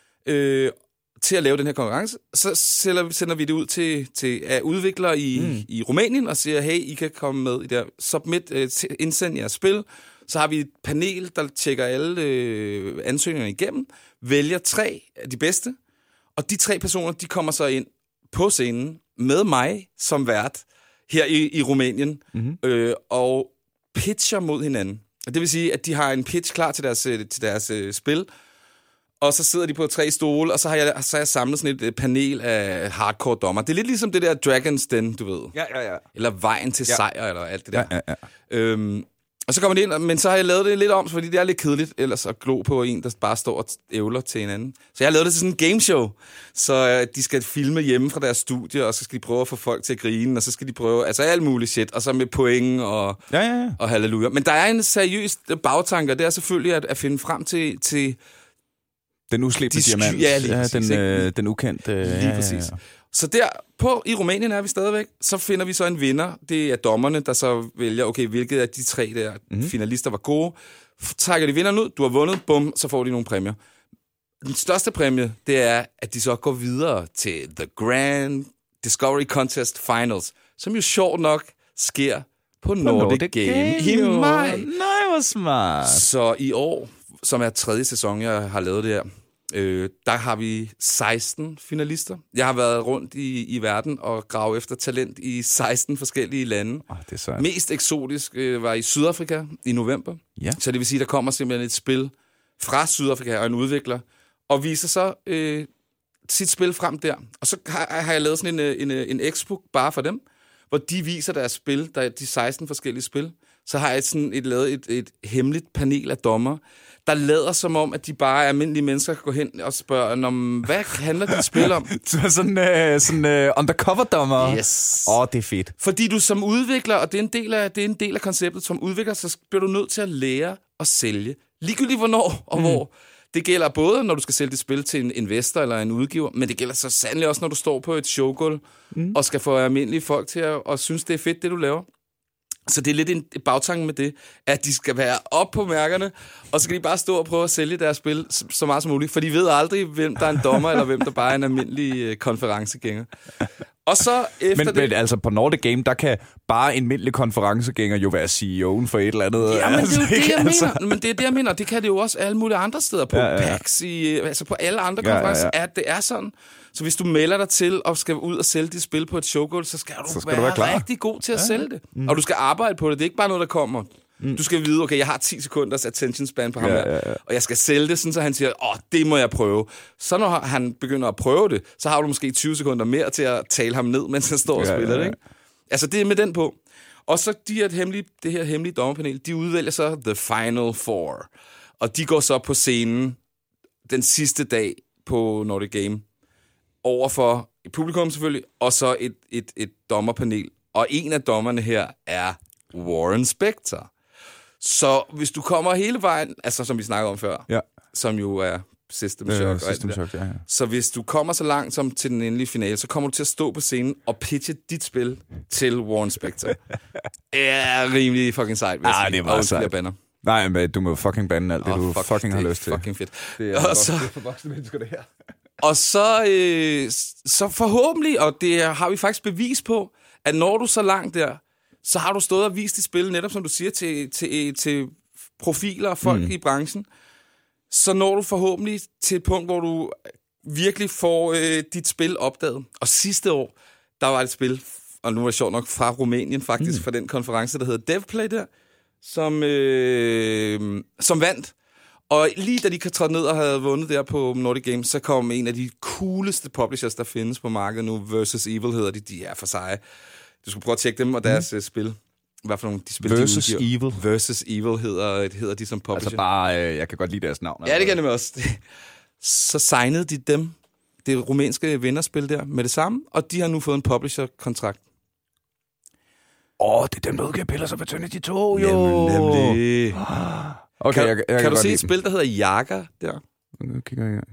Speaker 2: øh, til at lave den her konkurrence. Så sender, sender vi det ud til, til uh, udviklere i, mm. i Rumænien og siger, hey, I kan komme med i der. Submit, uh, indsend jeres spil. Så har vi et panel, der tjekker alle uh, ansøgningerne igennem, vælger tre af de bedste, og de tre personer, de kommer så ind på scenen med mig som vært her i, i Rumænien, mm-hmm. øh, og pitcher mod hinanden. Det vil sige, at de har en pitch klar til deres, til deres uh, spil, og så sidder de på tre stole, og så har jeg, så har jeg samlet sådan et panel af hardcore dommer. Det er lidt ligesom det der Dragon's Den, du ved.
Speaker 1: Ja, ja, ja.
Speaker 2: Eller Vejen til ja. Sejr, eller alt det der.
Speaker 1: Ja, ja, ja.
Speaker 2: Øhm, og så kommer det ind, men så har jeg lavet det lidt om, fordi det er lidt kedeligt, ellers at glo på en, der bare står og ævler til hinanden. Så jeg har lavet det til sådan en gameshow, så øh, de skal filme hjemme fra deres studie, og så skal de prøve at få folk til at grine, og så skal de prøve, altså alt muligt shit, og så med point og,
Speaker 1: ja, ja, ja.
Speaker 2: og halleluja. Men der er en seriøs bagtanke, og det er selvfølgelig at, at finde frem til... til
Speaker 1: den uslebne
Speaker 2: de
Speaker 1: diamant.
Speaker 2: Ja, lige præcis,
Speaker 1: ja, den, øh, den ukendte. Øh,
Speaker 2: lige ja, præcis. Ja, ja. Så der på i Rumænien er vi stadigvæk. Så finder vi så en vinder. Det er dommerne, der så vælger, okay, hvilket af de tre der mm-hmm. finalister var gode. Trækker de vinderen ud, du har vundet, bum, så får de nogle præmier. Den største præmie, det er, at de så går videre til The Grand Discovery Contest Finals, som jo sjovt nok sker på, på Nordic, Nordic Game, Game i maj.
Speaker 1: Nej, hvor smart.
Speaker 2: Så i år, som er tredje sæson, jeg har lavet det her, øh, der har vi seksten finalister. Jeg har været rundt i, i verden og gravet efter talent i seksten forskellige lande.
Speaker 1: Oh, det er sejt.
Speaker 2: Mest eksotisk øh, var i Sydafrika i november.
Speaker 1: Ja.
Speaker 2: Så det vil sige, der kommer simpelthen et spil fra Sydafrika og en udvikler, og viser så øh, sit spil frem der. Og så har, har jeg lavet sådan en, en, en expo bare for dem, hvor de viser deres spil, der er de seksten forskellige spil. Så har jeg sådan et, lavet et, et hemmeligt panel af dommer, der lader som om, at de bare er almindelige mennesker, kan gå hen og spørge, hvad handler dit spil om?
Speaker 1: sådan uh, sådan uh, undercover-dommer.
Speaker 2: Yes.
Speaker 1: Åh, oh, det er fedt.
Speaker 2: Fordi du som udvikler, og det er en del af, det er en del af konceptet, som udvikler, så bliver du nødt til at lære at sælge. Ligegyldigt hvornår og mm. hvor. Det gælder både, når du skal sælge dit spil til en investor eller en udgiver, men det gælder så sandelig også, når du står på et showgulv mm. og skal få almindelige folk til at og synes, det er fedt, det du laver. Så det er lidt en bagtanke med det, at de skal være op på mærkerne, og så skal de bare stå og prøve at sælge deres spil så meget som muligt, for de ved aldrig, hvem der er en dommer, eller hvem der bare er en almindelig konferencegænger. Og så efter
Speaker 1: men,
Speaker 2: det...
Speaker 1: Men altså på Nordic Game, der kan bare en almindelig konferencegænger jo være C E O'en for et eller andet.
Speaker 2: Ja, men
Speaker 1: altså,
Speaker 2: det er jo det, jeg
Speaker 1: altså.
Speaker 2: mener. Men det er det, jeg mener. Det kan det jo også alle mulige andre steder. På ja, ja, ja. PAX, i, altså på alle andre konferencer, ja, ja, ja. at det er sådan. Så hvis du melder dig til og skal ud og sælge dit spil på et showgulv, så skal du, så skal være, du være klar. rigtig god til at ja, sælge det. Mm. Og du skal arbejde på det. Det er ikke bare noget, der kommer. Mm. Du skal vide, okay, jeg har ti sekunders attention span på ham ja, her, ja, ja. og jeg skal sælge det, sådan, så han siger, åh, det må jeg prøve. Så når han begynder at prøve det, så har du måske tyve sekunder mere til at tale ham ned, mens han står og ja, spiller ja, ja. det. Ikke? Altså, det er med den på. Og så de her hemmelige, det her hemmelige dommerpanel, de udvælger så The Final Four. Og de går så på scenen den sidste dag på Nordic Game, overfor et publikum selvfølgelig, og så et, et, et dommerpanel. Og en af dommerne her er Warren Spector. Så hvis du kommer hele vejen, altså som vi snakkede om før, ja. som jo er System Shock,
Speaker 1: øh, System Shock ja, ja.
Speaker 2: Så hvis du kommer så langt som til den endelige finale, så kommer du til at stå på scenen og pitche dit spil til Warren Spector. Ja, rimelig fucking sejt.
Speaker 1: Ah, det er meget sejt. Nej, men du må fucking bande alt det, oh, du
Speaker 2: fuck,
Speaker 1: fucking
Speaker 2: det
Speaker 1: har lyst til.
Speaker 2: Fucking fedt.
Speaker 1: Det er, og så, det er for voksne mennesker, det her.
Speaker 2: Og så, øh, så forhåbentlig, og det har vi faktisk bevis på, at når du så langt der, så har du stået og vist dit spil, netop som du siger, til, til, til profiler og folk mm. i branchen. Så når du forhåbentlig til et punkt, hvor du virkelig får øh, dit spil opdaget. Og sidste år, der var et spil, og nu er det sjovt nok, fra Rumænien faktisk, mm. fra den konference, der hedder DevPlay der, som, øh, som vandt. Og lige da de trådte ned og havde vundet der på Nordic Games, så kom en af de cooleste publishers, der findes på markedet nu, Versus Evil hedder de, de er for seje. Du skulle prøve at tjekke dem og deres mm. spil. Hvad for nogle de spil,
Speaker 1: Versus
Speaker 2: de
Speaker 1: Evil.
Speaker 2: Versus Evil hedder, hedder de som publisher.
Speaker 1: Altså bare, øh, jeg kan godt lide deres navn.
Speaker 2: Ja, det kan det også. Så signede de dem, det rumænske vinderspil der, med det samme, og de har nu fået en publisher-kontrakt.
Speaker 1: Åh, oh, det er dem, der udgav Pillars of Eternity to, jo.
Speaker 2: Nemlig. nemlig.
Speaker 1: Okay,
Speaker 2: kan
Speaker 1: jeg, jeg
Speaker 2: kan,
Speaker 1: kan
Speaker 2: du se et
Speaker 1: lide
Speaker 2: spil, der hedder Jager der?
Speaker 1: Okay, kigger jeg.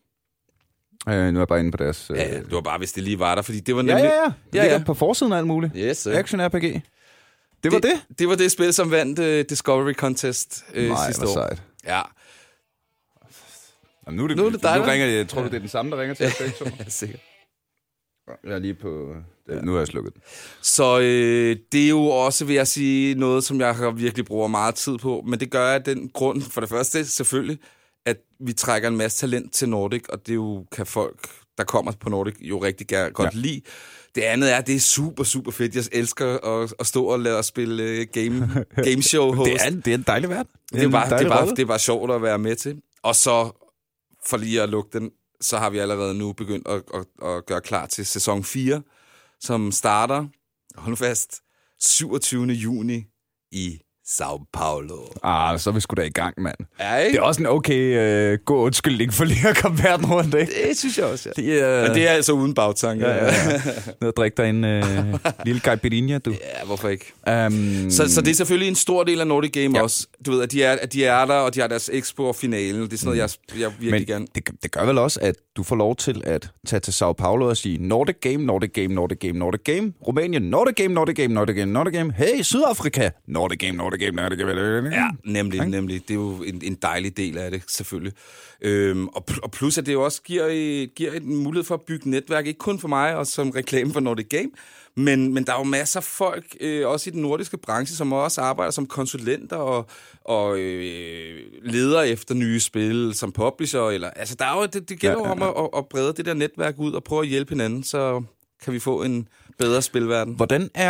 Speaker 1: Øh, nu er jeg bare inde på deres... Øh...
Speaker 2: Ja, det var bare, hvis det lige var der, fordi det var
Speaker 1: Ja,
Speaker 2: nemlig...
Speaker 1: ja, ja. Det
Speaker 2: ja,
Speaker 1: ligger
Speaker 2: ja.
Speaker 1: på forsiden af alt muligt.
Speaker 2: Yes, sir.
Speaker 1: Action R P G. Det var det?
Speaker 2: Det, det var det spil, som vandt uh, Discovery Contest uh,
Speaker 1: Nej,
Speaker 2: sidste
Speaker 1: hvor
Speaker 2: år.
Speaker 1: sejt.
Speaker 2: Ja.
Speaker 1: Jamen, nu er det,
Speaker 2: Nu er det dig,
Speaker 1: nu
Speaker 2: der?
Speaker 1: ringer jeg. Tror du, det er den samme, der ringer til os begge to?
Speaker 2: Ja, sikkert.
Speaker 1: Jeg er lige på... Det, nu har jeg slukket den.
Speaker 2: Så øh, det er jo også, vil jeg sige, noget, som jeg virkelig bruger meget tid på. Men det gør jeg af den grund, for det første selvfølgelig, at vi trækker en masse talent til Nordic, og det jo kan folk, der kommer på Nordic, jo rigtig gerne, godt ja. lide. Det andet er, at det er super, super fedt. Jeg elsker at, at stå og lade os spille uh, game, gameshow host.
Speaker 1: det, er, det er en dejlig verden.
Speaker 2: Det er, bare, det, er bare, det er bare sjovt at være med til. Og så, for lige at lukke den, så har vi allerede nu begyndt at, at, at gøre klar til sæson fire, som starter, hold nu fast, syvogtyvende juni i Sao Paulo.
Speaker 1: Ah, så er vi sgu da i gang, mand.
Speaker 2: Ja, ikke?
Speaker 1: Det er også en okay uh, god undskyldning for lige at komme verden rundt, ikke?
Speaker 2: Det synes jeg også, ja.
Speaker 1: Det er,
Speaker 2: Men det er altså uden bagtanke.
Speaker 1: Ja, ja, ja. Ned og drikke dig en uh, lille caipirinha, du.
Speaker 2: Ja, hvorfor ikke?
Speaker 1: Um,
Speaker 2: så, så det er selvfølgelig en stor del af Nordic Game
Speaker 1: ja.
Speaker 2: også. Du ved, at de, er, at de er der, og de har deres expo og finalen. Det er sådan noget, jeg, jeg virkelig
Speaker 1: Men
Speaker 2: gerne...
Speaker 1: det, det gør vel også, at du får lov til at tage til Sao Paulo og sige Nordic Game, Nordic Game, Nordic Game, Nordic Game. Rumænien, Nordic Game, Nordic Game, Nordic Game, Nordic Game. Hey, Sydafrika, Nordic Game, Nordic Game, Nordic Game.
Speaker 2: Ja, nemlig, okay. nemlig. Det er jo en, en dejlig del af det, selvfølgelig. Øhm, og, og plus, at det jo også giver, giver en mulighed for at bygge netværk, ikke kun for mig og som reklame for Nordic Game, men, men der er jo masser af folk, øh, også i den nordiske branche, som også arbejder som konsulenter og, og øh, leder efter nye spil som publisher. Eller, altså, der er jo, det, det gælder ja, ja, ja. om at, at brede det der netværk ud og prøve at hjælpe hinanden, så kan vi få en bedre spilverden.
Speaker 1: Hvordan er...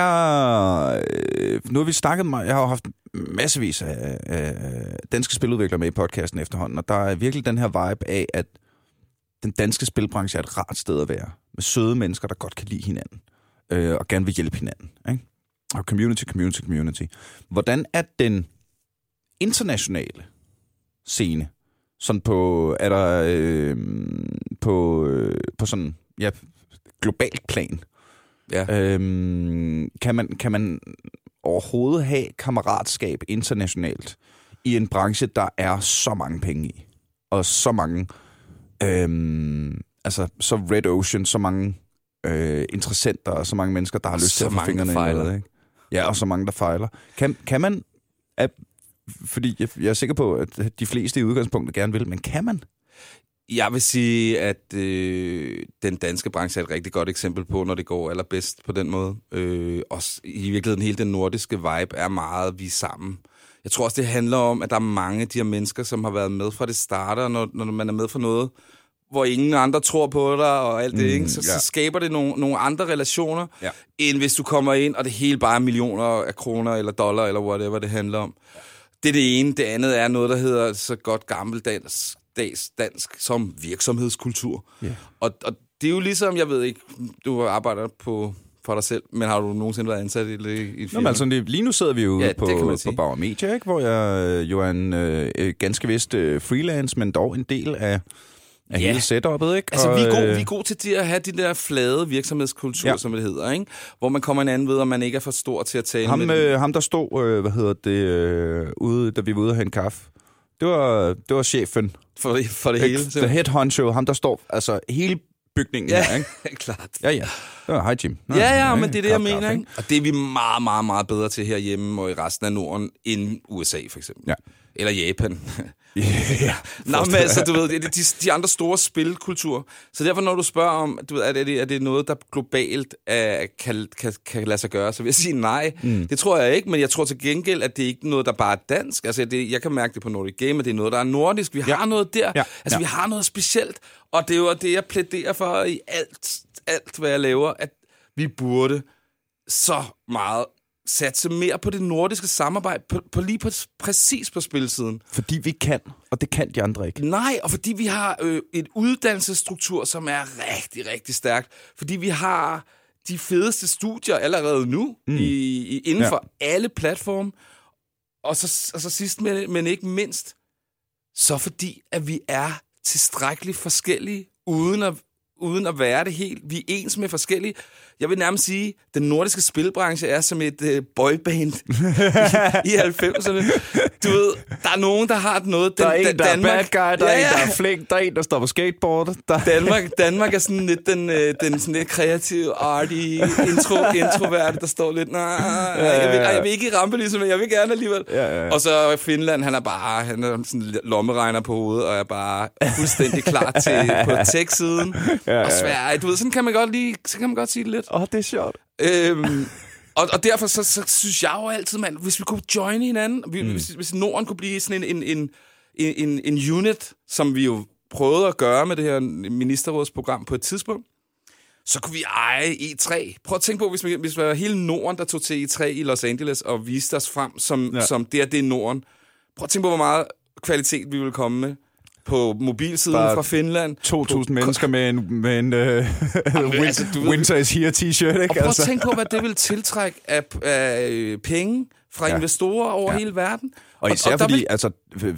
Speaker 1: Øh, nu har vi snakket meget... Jeg har jo haft massevis af, af danske spiludviklere med i podcasten efterhånden, og der er virkelig den her vibe af, at den danske spilbranche er et rart sted at være. Med søde mennesker, der godt kan lide hinanden. Øh, og gerne vil hjælpe hinanden. Ikke? Og community, community, community. Hvordan er den internationale scene? Sådan på... Er der... Øh, på, øh, på sådan... Ja, globalt plan.
Speaker 2: Ja.
Speaker 1: Øhm, kan, man, kan man overhovedet have kammeratskab internationalt i en branche, der er så mange penge i? Og så mange... Øhm, altså, så Red Ocean, så mange øh, interessenter, og så mange mennesker, der har lyst til at få fingrene i noget, ikke? Ja, og så mange, der fejler. Kan, kan man... Er, fordi jeg, jeg er sikker på, at de fleste i udgangspunktet gerne vil, men kan man...
Speaker 2: Jeg vil sige, at øh, den danske branche er et rigtig godt eksempel på, når det går allerbedst på den måde. Øh, også i virkeligheden hele den nordiske vibe er meget, vi er sammen. Jeg tror også, det handler om, at der er mange af de her mennesker, som har været med fra det starter, når, når man er med for noget, hvor ingen andre tror på dig og alt det, mm, ikke? Så, ja. så skaber det nogle, nogle andre relationer, ja. end hvis du kommer ind, og det hele bare er millioner af kroner eller dollar, eller whatever det handler om. Ja. Det er det ene. Det andet er noget, der hedder så godt gammeldags dansk som virksomhedskultur. Yeah. Og, og det er jo ligesom, jeg ved ikke, du arbejder på for dig selv, men har du nogensinde været ansat i, i et firma?
Speaker 1: Nå, altså, lige nu sidder vi jo
Speaker 2: ja,
Speaker 1: på, på Bauer Media, ikke? Hvor jeg jo er en øh, ganske vist øh, freelance, men dog en del af, af ja. hele setup'et, ikke?
Speaker 2: Altså,
Speaker 1: og,
Speaker 2: vi er gode, vi er gode til at have de der flade virksomhedskultur, ja. som det hedder, ikke? Hvor man kommer en anden ved, og man ikke er for stor til at tale
Speaker 1: ham,
Speaker 2: med
Speaker 1: øh, ham, der stod, øh, hvad hedder det, øh, ude, da vi var ude og have en kaffe, det var, det var chefen.
Speaker 2: For, for det hele.
Speaker 1: The head honcho, ham der står, altså hele bygningen
Speaker 2: ja,
Speaker 1: her, ikke?
Speaker 2: klart.
Speaker 1: Ja, ja. Ja, hej Jim.
Speaker 2: Nå, ja, ja, men det er det, jeg mener, ikke? Og det er vi meget, meget, meget bedre til herhjemme og i resten af Norden, end U S A for eksempel.
Speaker 1: Ja.
Speaker 2: Eller Japan.
Speaker 1: Ja,
Speaker 2: Nå, men altså, du ved, det er de, de andre store spilkultur. Så derfor, når du spørger om, du ved, er det, er det noget, der globalt er, kan, kan, kan lade sig gøre, så vil jeg sige nej. Mm. Det tror jeg ikke, men jeg tror til gengæld, at det er ikke noget, der bare er dansk. Altså, det, jeg kan mærke det på Nordic Game, at det er noget, der er nordisk. Vi har ja. noget der. Ja. Altså, ja. vi har noget specielt. Og det er jo det, jeg plæderer for i alt, alt, hvad jeg laver, at vi burde så meget satse mere på det nordiske samarbejde, på, på lige på, præcis på spilsiden.
Speaker 1: Fordi vi kan, og det kan de andre ikke.
Speaker 2: Nej, og fordi vi har øh, et uddannelsesstruktur, som er rigtig, rigtig stærkt. Fordi vi har de fedeste studier allerede nu, mm. i, i, inden ja. for alle platforme. Og så, og så sidst, men, men ikke mindst, så fordi, at vi er tilstrækkeligt forskellige, uden at, uden at være det helt. Vi er ens med forskellige. Jeg vil nærmest sige, at den nordiske spilbranche er som et uh, boyband i, i halvfemserne. Du ved, der er nogen, der har noget... Den,
Speaker 1: der er en, der
Speaker 2: Danmark,
Speaker 1: er bad guy, der
Speaker 2: ja,
Speaker 1: er
Speaker 2: ja.
Speaker 1: en, der er flink, der er en, der står på skateboard. Der...
Speaker 2: Danmark, Danmark er sådan lidt den, den sådan lidt kreative, arty, intro, introverte, der står lidt... Nej, ja, ja, ja. jeg, vil, jeg vil ikke i rampelyset, men jeg vil gerne alligevel. Ja, ja, ja. Og så Finland, han er bare han er sådan lommeregner på hovedet, og er bare fuldstændig klar til på tech-siden. Ja, ja, ja. Og Sverige, du ved, sådan kan man godt lige, så kan man godt sige det lidt.
Speaker 1: Åh, oh, det er sjovt.
Speaker 2: Øhm, og, og derfor så, så synes jeg jo altid, man, hvis vi kunne joine hinanden, vi, mm. hvis, hvis Norden kunne blive sådan en, en, en, en, en unit, som vi jo prøvede at gøre med det her ministerrådsprogram på et tidspunkt, så kunne vi eje E tre. Prøv at tænke på, hvis vi, hvis vi var hele Norden, der tog til E tre i Los Angeles og viste os frem som, ja. som det er det Norden. Prøv at tænke på, hvor meget kvalitet vi ville komme med. På mobilsiden bare fra Finland.
Speaker 1: to tusind mennesker med en, med en uh, win- altså, Winter is here t-shirt, ikke?
Speaker 2: Og prøv at altså. tænke på, hvad det vil tiltrække af, af penge fra ja. investorer over ja. hele verden.
Speaker 1: Og især og, og fordi, vil... altså,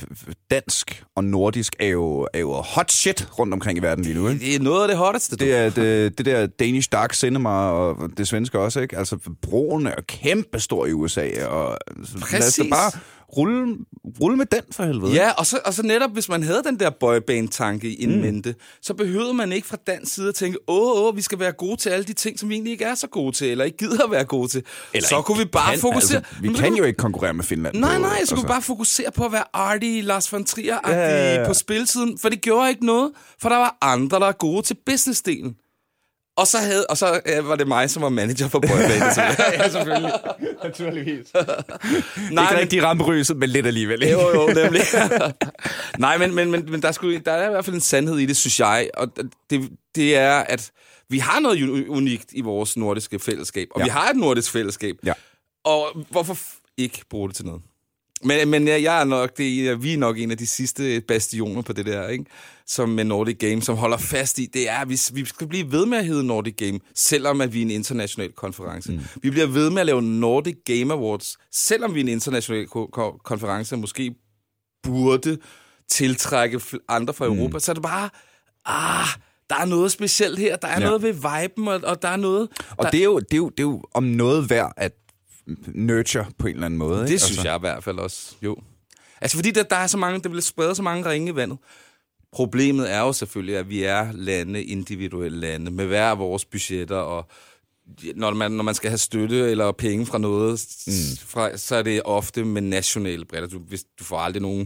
Speaker 1: dansk og nordisk er jo, er jo hot shit rundt omkring i verden lige nu, ikke?
Speaker 2: Det er noget af det hotteste.
Speaker 1: Det er det, det der Danish Dark Cinema og det svenske også, ikke? Altså, broen er kæmpestor i U S A, og lad os da bare rulle, rulle med den for helvede.
Speaker 2: Ja, og så, og så netop, hvis man havde den der boyband-tanke i mm. mente, så behøvede man ikke fra dansk side at tænke, åh, åh, vi skal være gode til alle de ting, som vi egentlig ikke er så gode til, eller ikke gider at være gode til. Eller så kunne vi bare kan, fokusere...
Speaker 1: Altså, vi kan jo ikke konkurrere med Finland.
Speaker 2: Nej,
Speaker 1: på,
Speaker 2: nej, så
Speaker 1: altså.
Speaker 2: kunne vi bare fokusere på at være arty, Lars von Trier-agtig ja, ja, ja. på spilsiden, for det gjorde ikke noget, for der var andre, der er gode til business-delen. Og så, havde, og så ja, var det mig, som var manager for boyband. Ja, selvfølgelig.
Speaker 1: Naturligvis. Nej, ikke rigtig ramperyset, men lidt alligevel.
Speaker 2: Jo, jo, nemlig. Nej, men, men, men, men der, skulle, der er i hvert fald en sandhed i det, synes jeg. Og det, det er, at vi har noget unikt i vores nordiske fællesskab. Og ja. vi har et nordisk fællesskab. Ja. Og hvorfor ikke bruge det til noget? Men, men jeg, jeg er nok, det, vi er nok en af de sidste bastioner på det der, ikke? Som med Nordic Game, som holder fast i, det er, at vi, vi skal blive ved med at hedde Nordic Game, selvom at vi er en international konference. Mm. Vi bliver ved med at lave Nordic Game Awards, selvom vi er en international ko- konference, og måske burde tiltrække andre fra Europa. Mm. Så er det bare, ah, der er noget specielt her, der er ja. noget ved viben, og, og der er noget...
Speaker 1: Og
Speaker 2: der...
Speaker 1: det, er jo, det, er jo, det er jo om noget værd at nurture på en eller anden måde.
Speaker 2: Det
Speaker 1: ikke?
Speaker 2: synes
Speaker 1: altså.
Speaker 2: jeg i hvert fald også, jo. Altså fordi der, der er så mange, der vil sprede så mange ringe i vandet. Problemet er jo selvfølgelig, at vi er lande, individuelle lande, med hver vores budgetter, og når man, når man skal have støtte eller penge fra noget, mm. fra, så er det ofte med nationale briller. Du, hvis, du får aldrig nogen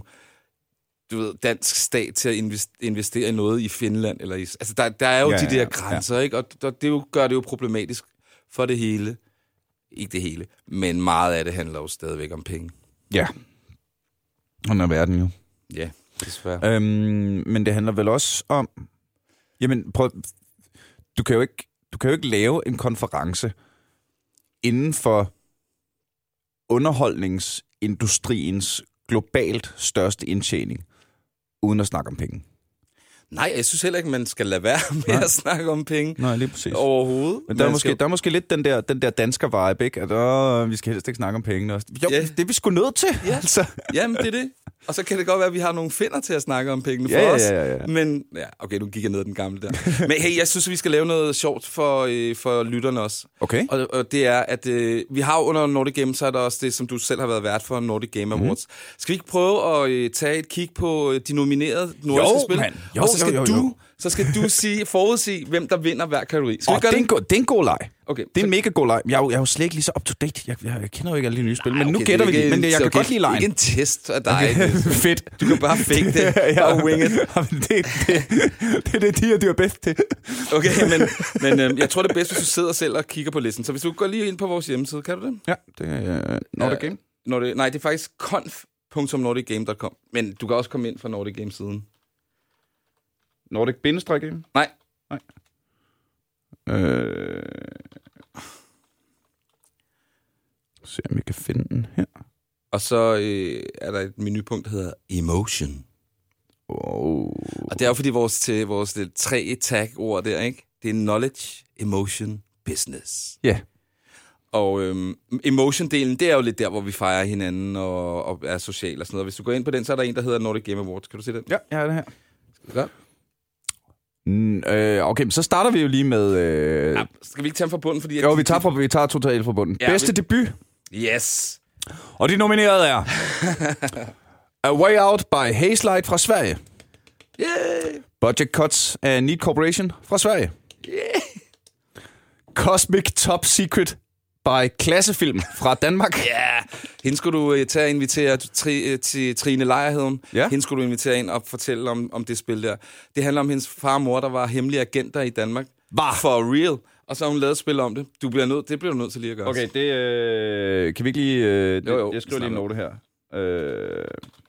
Speaker 2: du ved, dansk stat til at investere i noget i Finland. Eller i, altså der, der er jo ja, de der ja, grænser, ja. ikke? Og det, det jo, gør det jo problematisk for det hele. Ikke det hele, men meget af det handler jo stadigvæk om penge.
Speaker 1: Ja, og når verden jo.
Speaker 2: Ja, desværre.
Speaker 1: Øhm, men det handler vel også om... Jamen, prøv... Du kan jo ikke, du kan jo ikke lave en konference inden for underholdningsindustriens globalt største indtjening, uden at snakke om penge.
Speaker 2: Nej, jeg synes heller ikke, man skal lade være med Nej. at snakke om penge.
Speaker 1: Nej, lige præcis.
Speaker 2: Overhovedet.
Speaker 1: Men der er, måske, skal... der er måske lidt den der, den der dansker vibe, ikke? At åh, vi skal helst ikke snakke om penge. Også. Jo, ja. det er vi sgu nødt til.
Speaker 2: Ja.
Speaker 1: Altså.
Speaker 2: Jamen, det er det. Og så kan det godt være, at vi har nogle finder til at snakke om pengene for
Speaker 1: ja,
Speaker 2: os.
Speaker 1: Ja, ja, ja.
Speaker 2: Men, ja, okay, nu gik jeg ned ad den gamle der. Men hey, jeg synes, vi skal lave noget sjovt for, øh, for lytterne også.
Speaker 1: Okay.
Speaker 2: Og, og det er, at øh, vi har under Nordic Game, så er der også det, som du selv har været vært for, Nordic Game Awards. Mm-hmm. Skal vi ikke prøve at øh, tage et kig på øh, de nominerede nordiske
Speaker 1: jo,
Speaker 2: spil?
Speaker 1: Man. Jo,
Speaker 2: og så skal
Speaker 1: jo, jo, jo.
Speaker 2: du så skal du sige, forudsige, hvem der vinder hver kategori. Skal
Speaker 1: oh,
Speaker 2: vi gøre
Speaker 1: det,
Speaker 2: det?
Speaker 1: Er en go- det er en god leg.
Speaker 2: Okay.
Speaker 1: Det er en mega god leg. Jeg er jo, jeg er jo slet ikke lige så up-to-date. Jeg, jeg, jeg kender jo ikke alle de nye spil, men
Speaker 2: okay,
Speaker 1: nu gætter vi
Speaker 2: ikke,
Speaker 1: lige. Men jeg kan
Speaker 2: okay,
Speaker 1: godt lide lejen.
Speaker 2: Ikke en test af dig.
Speaker 1: Okay. Fedt.
Speaker 2: Du kan bare fake det. Bare wing it.
Speaker 1: det, det, det er det, de er, du er bedst til.
Speaker 2: Okay, men, men øhm, jeg tror, det er bedst, hvis du sidder selv og kigger på listen. Så hvis du går lige ind på vores hjemmeside, kan du det?
Speaker 1: Ja, det er uh, Nordic Game.
Speaker 2: Nordic, nej, det er faktisk conf punktum nordic game punktum com. Men du kan også komme ind fra Nordic Game-siden.
Speaker 1: Nordic-game?
Speaker 2: Nej.
Speaker 1: Nej. Øh... Se om jeg kan finde den her.
Speaker 2: Og så øh, er der et menupunkt, der hedder Emotion.
Speaker 1: Wow.
Speaker 2: Og det er jo fordi vores, til vores tre tag-ord der, ikke? Det er Knowledge, Emotion, Business.
Speaker 1: Ja. Yeah.
Speaker 2: Og øhm, emotion-delen, det er jo lidt der, hvor vi fejrer hinanden og, og er social og sådan noget. Hvis du går ind på den, så er der en, der hedder Nordic Game Awards. Kan du se den?
Speaker 1: Ja, jeg har det her.
Speaker 2: Skal vi gøre?
Speaker 1: Mm, øh, okay, men så starter vi jo lige med... Øh...
Speaker 2: Ja, skal vi ikke tage dem fra bunden? Fordi
Speaker 1: jo, vi tager, fra, vi tager totalt fra bunden. Ja, Bedste vi... debut.
Speaker 2: Yes.
Speaker 1: Og de nominerede er... A Way Out by Hazelight fra Sverige.
Speaker 2: Yeah.
Speaker 1: Budget Cuts af Neat Corporation fra Sverige.
Speaker 2: Yeah.
Speaker 1: Cosmic Top Secret by Klassefilm fra Danmark.
Speaker 2: Ja, yeah. Hende skulle du uh, tage og invitere tri, uh, til Trine Lejer, hed hun.
Speaker 1: Ja.
Speaker 2: Hende skulle du invitere ind og fortælle om, om det spil der. Det handler om hendes far og mor, der var hemmelige agenter i Danmark.
Speaker 1: Var.
Speaker 2: For real. Og så har hun lavet spil om det. Du bliver nødt, det bliver du nødt til lige at gøre.
Speaker 1: Okay, det øh, kan vi ikke lige... Øh,
Speaker 2: jo, jo,
Speaker 1: jeg skriver lige en note her. Øh,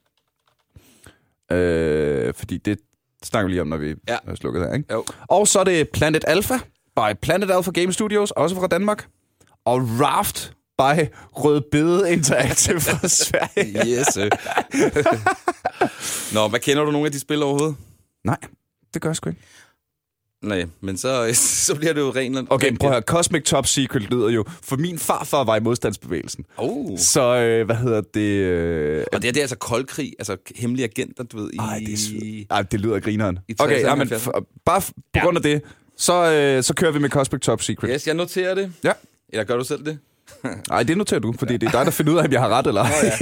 Speaker 1: øh, fordi det snakker vi lige om, når vi
Speaker 2: ja.
Speaker 1: har slukket her, ikke?
Speaker 2: Jo.
Speaker 1: Og så er det Planet Alpha by Planet Alpha Game Studios, også fra Danmark. Og Raft by Rødbede Interactive fra Sverige.
Speaker 2: Yes, sir. Nå, hvad kender du nogle af de spil overhovedet?
Speaker 1: Nej, det gør jeg sgu ikke.
Speaker 2: Nej, men så, så bliver det jo ren...
Speaker 1: Okay, men prøv at høre. Cosmic Top Secret lyder jo... For min farfar var i modstandsbevægelsen.
Speaker 2: Oh.
Speaker 1: Så, øh, hvad hedder det... Øh,
Speaker 2: og det er, det er altså koldkrig, altså hemmelige agenter, du ved, i...
Speaker 1: Ej, det, ej, det lyder grineren.
Speaker 2: I
Speaker 1: okay, ja, men f- bare f- på ja. grund af det, så, øh, så kører vi med Cosmic Top Secret.
Speaker 2: Yes, jeg noterer det.
Speaker 1: Ja.
Speaker 2: Eller gør du selv det?
Speaker 1: Nej, det noterer du, fordi det er dig, der finder ud af, om jeg har ret eller ej.
Speaker 2: Oh,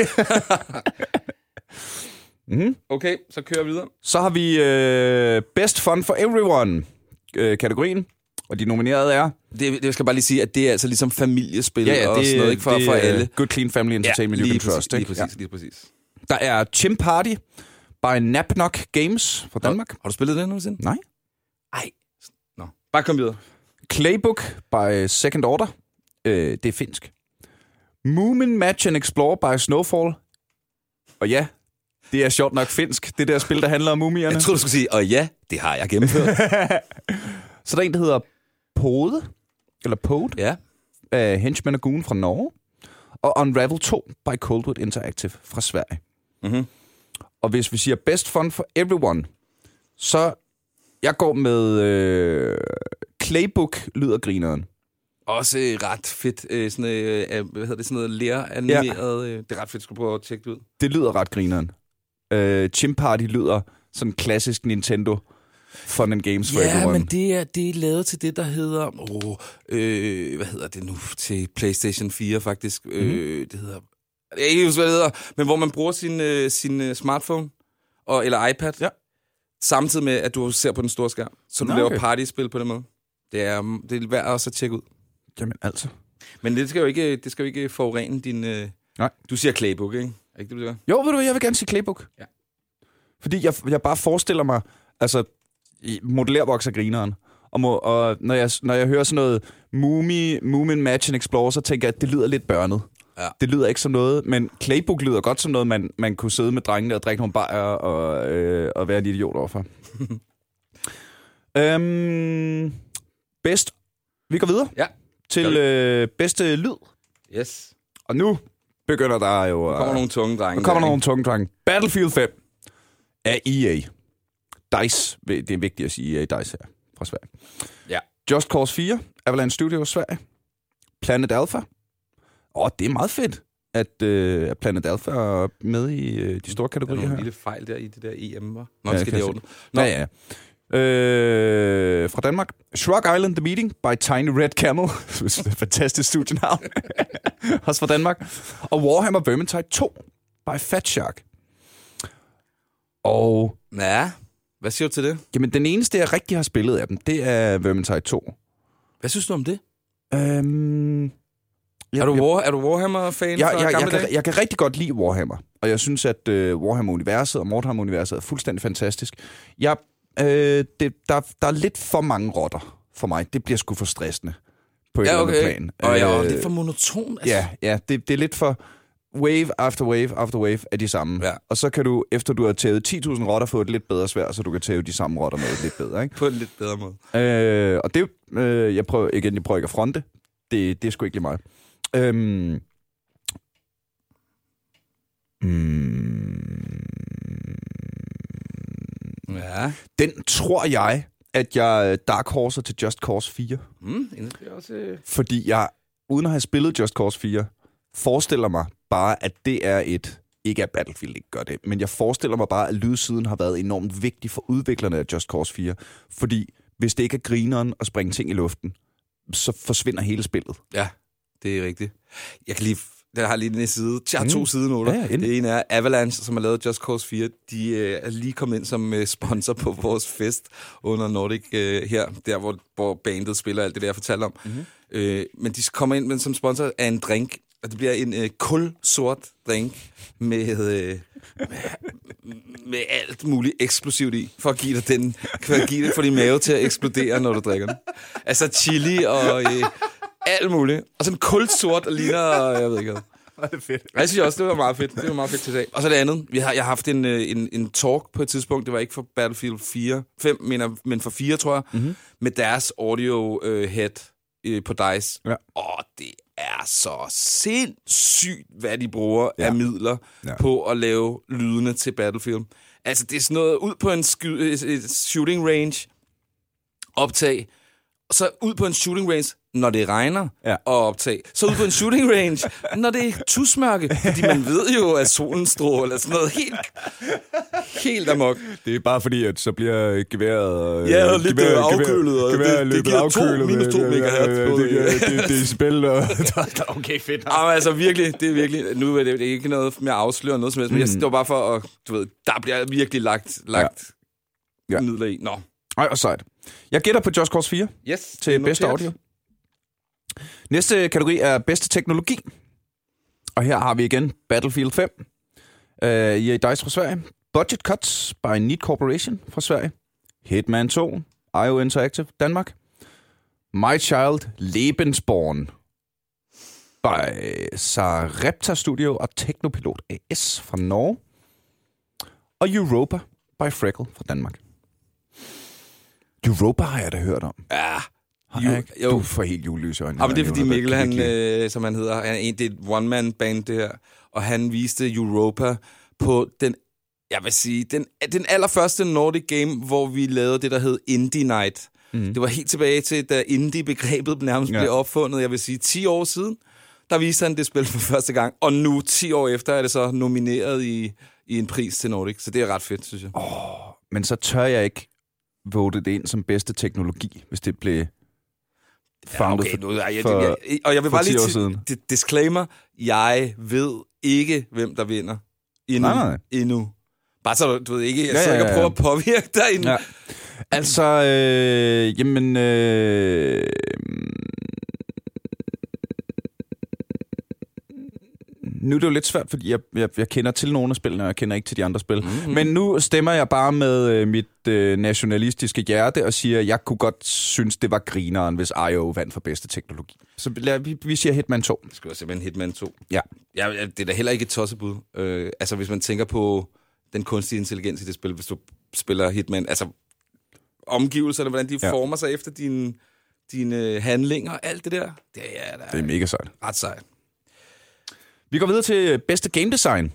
Speaker 2: ja. mm-hmm. Okay, så kører vi videre.
Speaker 1: Så har vi øh, Best Fun for Everyone øh, kategorien, og de nominerede er...
Speaker 2: Det, det skal bare lige sige, at det er altså ligesom familiespil
Speaker 1: ja, ja,
Speaker 2: og
Speaker 1: det,
Speaker 2: sådan noget, ikke for,
Speaker 1: det,
Speaker 2: for alle.
Speaker 1: Good Clean Family Entertainment,
Speaker 2: ja,
Speaker 1: you can
Speaker 2: præcis,
Speaker 1: trust.
Speaker 2: Lige præcis,
Speaker 1: ja.
Speaker 2: lige præcis.
Speaker 1: Der er Chim Party by Napnock Games fra Danmark.
Speaker 2: Har, har du spillet det nogensinde?
Speaker 1: Nej.
Speaker 2: Ej. Nå, bare kom videre.
Speaker 1: Claybook by Second Order. Øh, det er finsk. Moomin Match and Explore by Snowfall. Og ja, det er sjovt nok finsk. Det der spil, der handler om mumierne.
Speaker 2: Jeg tror du skulle sige, og ja, det har jeg gennemført.
Speaker 1: Så der er en, der hedder Pode, eller Pode,
Speaker 2: ja.
Speaker 1: af Henchman og Goon fra Norge. Og Unravel to by Coldwood Interactive fra Sverige.
Speaker 2: Mm-hmm.
Speaker 1: Og hvis vi siger Best Fun for Everyone, så jeg går med øh, Claybook lyder grineren.
Speaker 2: Også øh, ret fedt, øh, sådan, øh, hvad hedder det, sådan noget ler-animeret. Ja. Øh, det er ret fedt, skulle prøve at tjekke det ud.
Speaker 1: Det lyder ret grineren. Øh, Chim Party lyder sådan klassisk Nintendo Fun and Games for
Speaker 2: ja,
Speaker 1: Everyone.
Speaker 2: Ja, men det er, det er lavet til det, der hedder... Oh, øh, hvad hedder det nu? Til PlayStation fire, faktisk. Mm-hmm. Øh, det hedder... Jeg kan ikke huske, hvad det hedder. Men hvor man bruger sin, øh, sin øh, smartphone og, eller iPad,
Speaker 1: ja.
Speaker 2: samtidig med, at du ser på den store skærm. Så du Nå, laver okay. partyspil på den måde. Det er, det er værd også at tjekke ud.
Speaker 1: Jamen altså.
Speaker 2: Men det skal jo ikke, det skal jo ikke forurene din... Øh...
Speaker 1: Nej.
Speaker 2: Du siger Claybook, ikke? Er ikke det, du siger?
Speaker 1: Jo, ved du hvad, jeg vil gerne sige Claybook.
Speaker 2: Ja.
Speaker 1: Fordi jeg, jeg bare forestiller mig, altså, modellervoks af grineren. Og, må, og når, jeg, når jeg hører sådan noget Moomin, Moomin Match and Explore, så tænker jeg, at det lyder lidt børnet.
Speaker 2: Ja.
Speaker 1: Det lyder ikke som noget, men Claybook lyder godt som noget, man, man kunne sidde med drengene og drikke nogle bajer og, øh, og være en idiot overfor. øhm, best. Vi går videre.
Speaker 2: Ja.
Speaker 1: Til øh, bedste lyd.
Speaker 2: Yes.
Speaker 1: Og nu begynder der jo...
Speaker 2: Der kommer nogle tunge drenge.
Speaker 1: Der kommer der, nogle tunge drenge. Battlefield fem af E A. DICE. Det er vigtigt at sige E A DICE her fra Sverige.
Speaker 2: Ja.
Speaker 1: Just Cause fire. Avalanche Studios Sverige. Planet Alpha. Åh, det er meget fedt, at øh, Planet Alpha er med i øh, de store kategorier her.
Speaker 2: Der er en lille fejl der i det der E M, var. Nå,
Speaker 1: ja,
Speaker 2: skal det ordne.
Speaker 1: Ja, ja. Øh, fra Danmark. Shrug Island The Meeting by Tiny Red Camel. Fantastisk studienavn. Også fra Danmark. Og Warhammer Vermintide to by Fat Shark. Og
Speaker 2: ja. Hvad siger du til det?
Speaker 1: Jamen, den eneste, jeg rigtig har spillet af dem, det er Vermintide to.
Speaker 2: Hvad synes du om det?
Speaker 1: Øhm, jeg,
Speaker 2: er, du War, er du Warhammer-fan
Speaker 1: jeg,
Speaker 2: fra
Speaker 1: jeg,
Speaker 2: gamle
Speaker 1: jeg,
Speaker 2: dage?
Speaker 1: kan, jeg kan rigtig godt lide Warhammer, og jeg synes, at øh, Warhammer-universet og Mordheim-universet er fuldstændig fantastisk. Jeg, øh, det, der, der er lidt for mange rotter for mig. Det bliver sgu for stressende på et
Speaker 2: ja,
Speaker 1: eller
Speaker 2: okay.
Speaker 1: andet plan.
Speaker 2: Og jeg er
Speaker 1: øh,
Speaker 2: lidt for monoton. Altså.
Speaker 1: Ja, ja det, det er lidt for wave after wave after wave af de samme.
Speaker 2: Ja.
Speaker 1: Og så kan du, efter du har tævet ti tusind rotter, få et lidt bedre sværd, så du kan tæve de samme rotter med et lidt bedre. Ikke?
Speaker 2: På en lidt bedre måde.
Speaker 1: Øh, og det, øh, jeg prøver igen, jeg prøver ikke at fronte. Det, det er sgu ikke lige meget. Øhm, mm,
Speaker 2: ja.
Speaker 1: Den tror jeg, at jeg dark horser til Just Cause fire.
Speaker 2: Mm, det er også...
Speaker 1: Fordi jeg, uden at have spillet Just Cause fire, forestiller mig bare, at det er et... Ikke at Battlefield ikke gør det, men jeg forestiller mig bare, at lydsiden har været enormt vigtig for udviklerne af Just Cause fire. Fordi hvis det ikke er grineren at springe ting i luften, så forsvinder hele spillet.
Speaker 2: Ja, det er rigtigt. Jeg kan lige... Jeg har lige en side. Jeg har to mm. sidenoter.
Speaker 1: Ja, ja,
Speaker 2: det ene er Avalanche, som har lavet Just Cause fire. De øh, er lige kommet ind som øh, sponsor på vores fest under Nordic øh, her, der hvor, hvor bandet spiller alt det der, jeg fortalte om. Mm-hmm. Øh, men de kommer ind med, som sponsor af en drink, og det bliver en øh, kulsort drink med, øh, med, med alt muligt eksplosivt i, for at give dig den, for at give dig for din mave til at eksplodere, når du drikker den. Altså chili og... Øh, alt muligt. Og sådan kulsort og ligner, jeg ved ikke hvad.
Speaker 1: Det er fedt.
Speaker 2: Jeg synes også, det var meget fedt. Det var meget fedt til dag. Og så det andet. Vi har, jeg har haft en, en, en talk på et tidspunkt. Det var ikke for Battlefield fire, fem, men, men for fire, tror jeg. Mm-hmm. Med deres audio uh, head uh, på DICE. Ja. Og det er så sindssygt, hvad de bruger ja. af midler ja. på at lave lydene til Battlefield. Altså, det er sådan noget ud på en sky- shooting range optag. Så ud på en shooting range, når det regner, ja. og optag. Så ud på en shooting range, når det er tusmørke. Fordi man ved jo, at solen stråler, eller sådan noget helt, helt amok.
Speaker 1: Det er bare fordi, at så bliver geværet...
Speaker 2: Ja, lidt
Speaker 1: geværet,
Speaker 2: afkølet. Og
Speaker 1: geværet,
Speaker 2: det, det giver to, minus to megahertz.
Speaker 1: Det, det, det, det er spil, og... Okay, fedt.
Speaker 2: Jamen, altså virkelig, det er virkelig... Nu er det, det er ikke noget med at afsløre noget som helst, men mm. det var bare for at... Du ved, der bliver virkelig lagt, lagt ja. Ja. midler i. Nå.
Speaker 1: Ej, og sejt. Jeg gætter på Just Cause fire
Speaker 2: yes,
Speaker 1: til bedste audio. Næste kategori er bedste teknologi. Og her har vi igen Battlefield fem. Uh, E A DICE fra Sverige. Budget Cuts by Neat Corporation fra Sverige. Hitman to. I O Interactive Danmark. My Child Lebensborn by Sarepta Studio og Teknopilot A S fra Norge. Og Europa by Freckle fra Danmark. Europa har jeg da hørt om.
Speaker 2: Ja.
Speaker 1: Jo, jo. Du får helt julelys i øjnene.
Speaker 2: Ja, men det er fordi Mikkel, han, øh, som han hedder, han, det er et one-man-band det her, og han viste Europa på den, jeg vil sige, den, den allerførste Nordic Game, hvor vi lavede det, der hed Indie Night. Mm. Det var helt tilbage til, da indie-begrebet nærmest ja. blev opfundet, jeg vil sige, ti år siden. Der viste han det spil for første gang, og nu, ti år efter, er det så nomineret i, i en pris til Nordic, så det er ret fedt, synes jeg.
Speaker 1: Oh, men så tør jeg ikke vote det ind som bedste teknologi, hvis det blev founded ja, okay, nu, jeg, for, jeg, jeg, og jeg vil bare lige til
Speaker 2: disclaimer, jeg ved ikke, hvem der vinder endnu.
Speaker 1: Nej, nej.
Speaker 2: endnu. Bare så du, du ved ikke, jeg
Speaker 1: ja,
Speaker 2: så
Speaker 1: ja, ja.
Speaker 2: kan prøve at påvirke dig endnu. Ja.
Speaker 1: Altså, øh, jamen... Øh, nu er det jo lidt svært, fordi jeg, jeg, jeg kender til nogle af spillene, og jeg kender ikke til de andre spil. Mm-hmm. Men nu stemmer jeg bare med øh, mit øh, nationalistiske hjerte og siger, at jeg kunne godt synes, det var grineren, hvis I O vandt for bedste teknologi. Så lad, vi, vi siger Hitman to.
Speaker 2: Det skal jo simpelthen Hitman to.
Speaker 1: Ja.
Speaker 2: ja. Det er da heller ikke et tossebud. Øh, altså, hvis man tænker på den kunstige intelligens i det spil, hvis du spiller Hitman, altså omgivelserne, hvordan de ja. former sig efter dine, dine handlinger og alt det der. Det er, der
Speaker 1: det er mega sejt.
Speaker 2: Ret sejt.
Speaker 1: Vi går videre til bedste game design.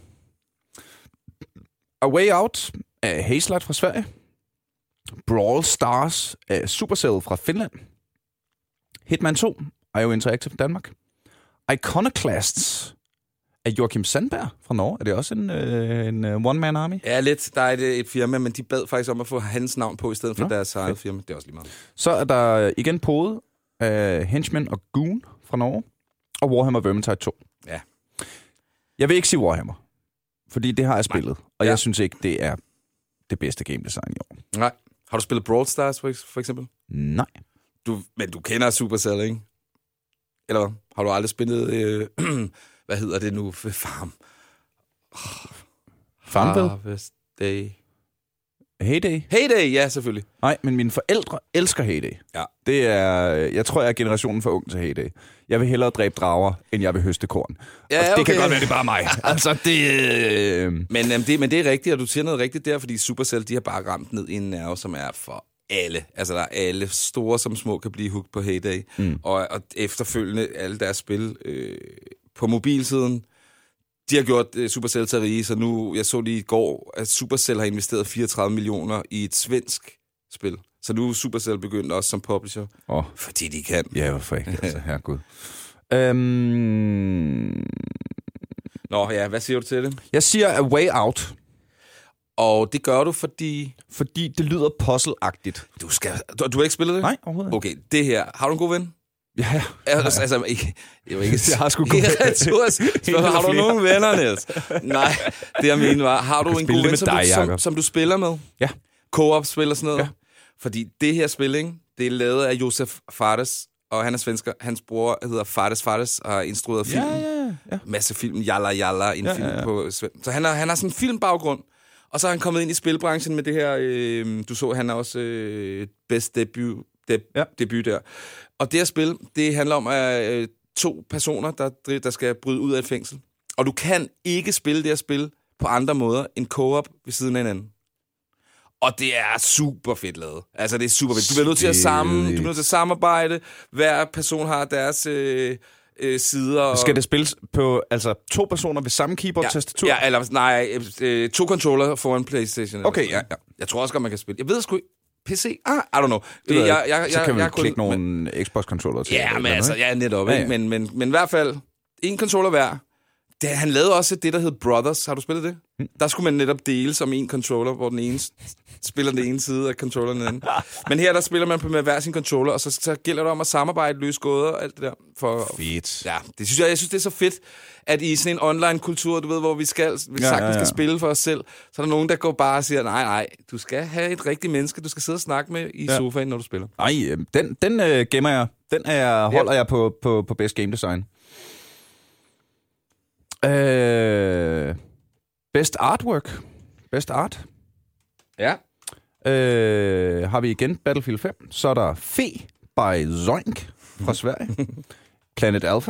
Speaker 1: A Way Out af Hazelight fra Sverige. Brawl Stars af Supercell fra Finland. Hitman to af I O Interactive fra Danmark. Iconoclasts af Joachim Sandberg fra Norge. Er det også en, øh, en one-man army?
Speaker 2: Ja, lidt. Der er et, et firma, men de bad faktisk om at få hans navn på, i stedet for Nå, deres eget firma. Det er også lige meget.
Speaker 1: Så er der igen Pode af Henchman og Goon fra Norge. Og Warhammer Vermintide to.
Speaker 2: Ja.
Speaker 1: Jeg vil ikke sige Warhammer, fordi det har jeg spillet, og ja. jeg synes ikke, det er det bedste game design i år.
Speaker 2: Nej. Har du spillet Brawl Stars, for, for eksempel?
Speaker 1: Nej.
Speaker 2: Du, men du kender Supercell, ikke? Eller hvad? Har du aldrig spillet, øh, hvad hedder det nu? Farm. Oh.
Speaker 1: Farmville?
Speaker 2: Harvest Day.
Speaker 1: Heyday?
Speaker 2: Heyday, ja, selvfølgelig.
Speaker 1: Nej, men mine forældre elsker Heyday.
Speaker 2: Ja.
Speaker 1: Det er, jeg tror, jeg er generationen for ung til Heyday. Jeg vil hellere dræbe drager, end jeg vil høste korn.
Speaker 2: Ja,
Speaker 1: og det
Speaker 2: okay.
Speaker 1: kan godt være, det er bare mig. altså, det... Øh...
Speaker 2: Men, jamen, det... men det er rigtigt, og du siger noget rigtigt der, fordi Supercell, de har bare ramt ned i en nerve, som er for alle. Altså, der er alle store som små kan blive hooked på Heyday. Mm. Og, og efterfølgende alle deres spil øh, på mobilsiden, de har gjort uh, Supercell til rige, så nu, jeg så lige i går, at Supercell har investeret fireogtredive millioner i et svensk spil. Så nu er Supercell begyndt også som publisher,
Speaker 1: oh.
Speaker 2: fordi de kan.
Speaker 1: Ja, hvorfor ikke? Altså, herregud. øhm...
Speaker 2: Nå ja, hvad siger du til det?
Speaker 1: Jeg siger A Way Out.
Speaker 2: Og det gør du, fordi...
Speaker 1: Fordi det lyder puzzle-agtigt.
Speaker 2: Du, skal... du, du har ikke spillet det?
Speaker 1: Nej, overhovedet ikke.
Speaker 2: Okay, det her. Har du en god ven?
Speaker 1: Ja, ja.
Speaker 2: Altså, altså ikke, jeg, ikke,
Speaker 1: jeg har sgu god
Speaker 2: ven. Har du nogen venner, Niels? Nej, det jeg mener var, har du en god ven, som,
Speaker 1: dig,
Speaker 2: du, som, som du spiller med?
Speaker 1: Ja.
Speaker 2: Co-op-spil og sådan noget?
Speaker 1: Ja.
Speaker 2: Fordi det her spil, ikke, det er lavet af Josef Fares, og han er svensker. Hans bror hedder Fares Fares og har instrueret film.
Speaker 1: Ja, ja, ja.
Speaker 2: Masse film. Jalla Jalla, en
Speaker 1: ja,
Speaker 2: film
Speaker 1: ja, ja.
Speaker 2: på svensk. Så han har, han har sådan en filmbaggrund. Og så er han kommet ind i spilbranchen med det her, øh, du så, han er også øh, bedst debut, deb, ja. debut der. Og det her spil, det handler om at, øh, to personer, der, der skal bryde ud af et fængsel. Og du kan ikke spille det her spil på andre måder end co-op ved siden af hinanden. Og det er super fedt lavet. Altså, det er super fedt. Du bliver nødt til at sammen, du bliver nødt til at samarbejde. Hver person har deres øh, øh, sider.
Speaker 1: Skal det spilles på altså to personer ved samme keyboard-tastatur?
Speaker 2: Ja, ja, eller nej, øh, to controller foran PlayStation.
Speaker 1: Okay, ja, ja.
Speaker 2: Jeg tror også godt, man kan spille. Jeg ved sgu P C? Ah, I don't know.
Speaker 1: Det jeg,
Speaker 2: jeg, jeg,
Speaker 1: så kan vi
Speaker 2: jeg,
Speaker 1: klikke
Speaker 2: kun,
Speaker 1: nogle
Speaker 2: men,
Speaker 1: Xbox-controller til.
Speaker 2: Ja, men altså, ja, netop.
Speaker 1: Ja,
Speaker 2: Ja,
Speaker 1: ja.
Speaker 2: Men, men, men i hvert fald, en controller hver. Det, han lavede også det, der hed Brothers. Har du spillet det? Hmm. Der skulle man netop dele som en controller, hvor den ene spiller den ene side af controlleren den anden. Men her, der spiller man på med hver sin controller, og så, så gælder det om at samarbejde, løse gåder og alt det der. For,
Speaker 1: fedt.
Speaker 2: Ja, det synes jeg, jeg synes, det er så fedt, at i sådan en online-kultur, du ved, hvor vi skal, vi ja, sagtens ja, ja. skal spille for os selv, så er der nogen, der går bare og siger, nej, nej, du skal have et rigtigt menneske, du skal sidde og snakke med i ja. sofaen, når du spiller.
Speaker 1: Nej, den, den øh, gemmer jeg. Den er jeg, holder ja. jeg på, på, på Best Game Design. Øh, best Artwork. Best Art.
Speaker 2: Ja.
Speaker 1: Øh, har vi igen Battlefield fem. Så er der Fe by Zoink fra Sverige. Planet Alpha.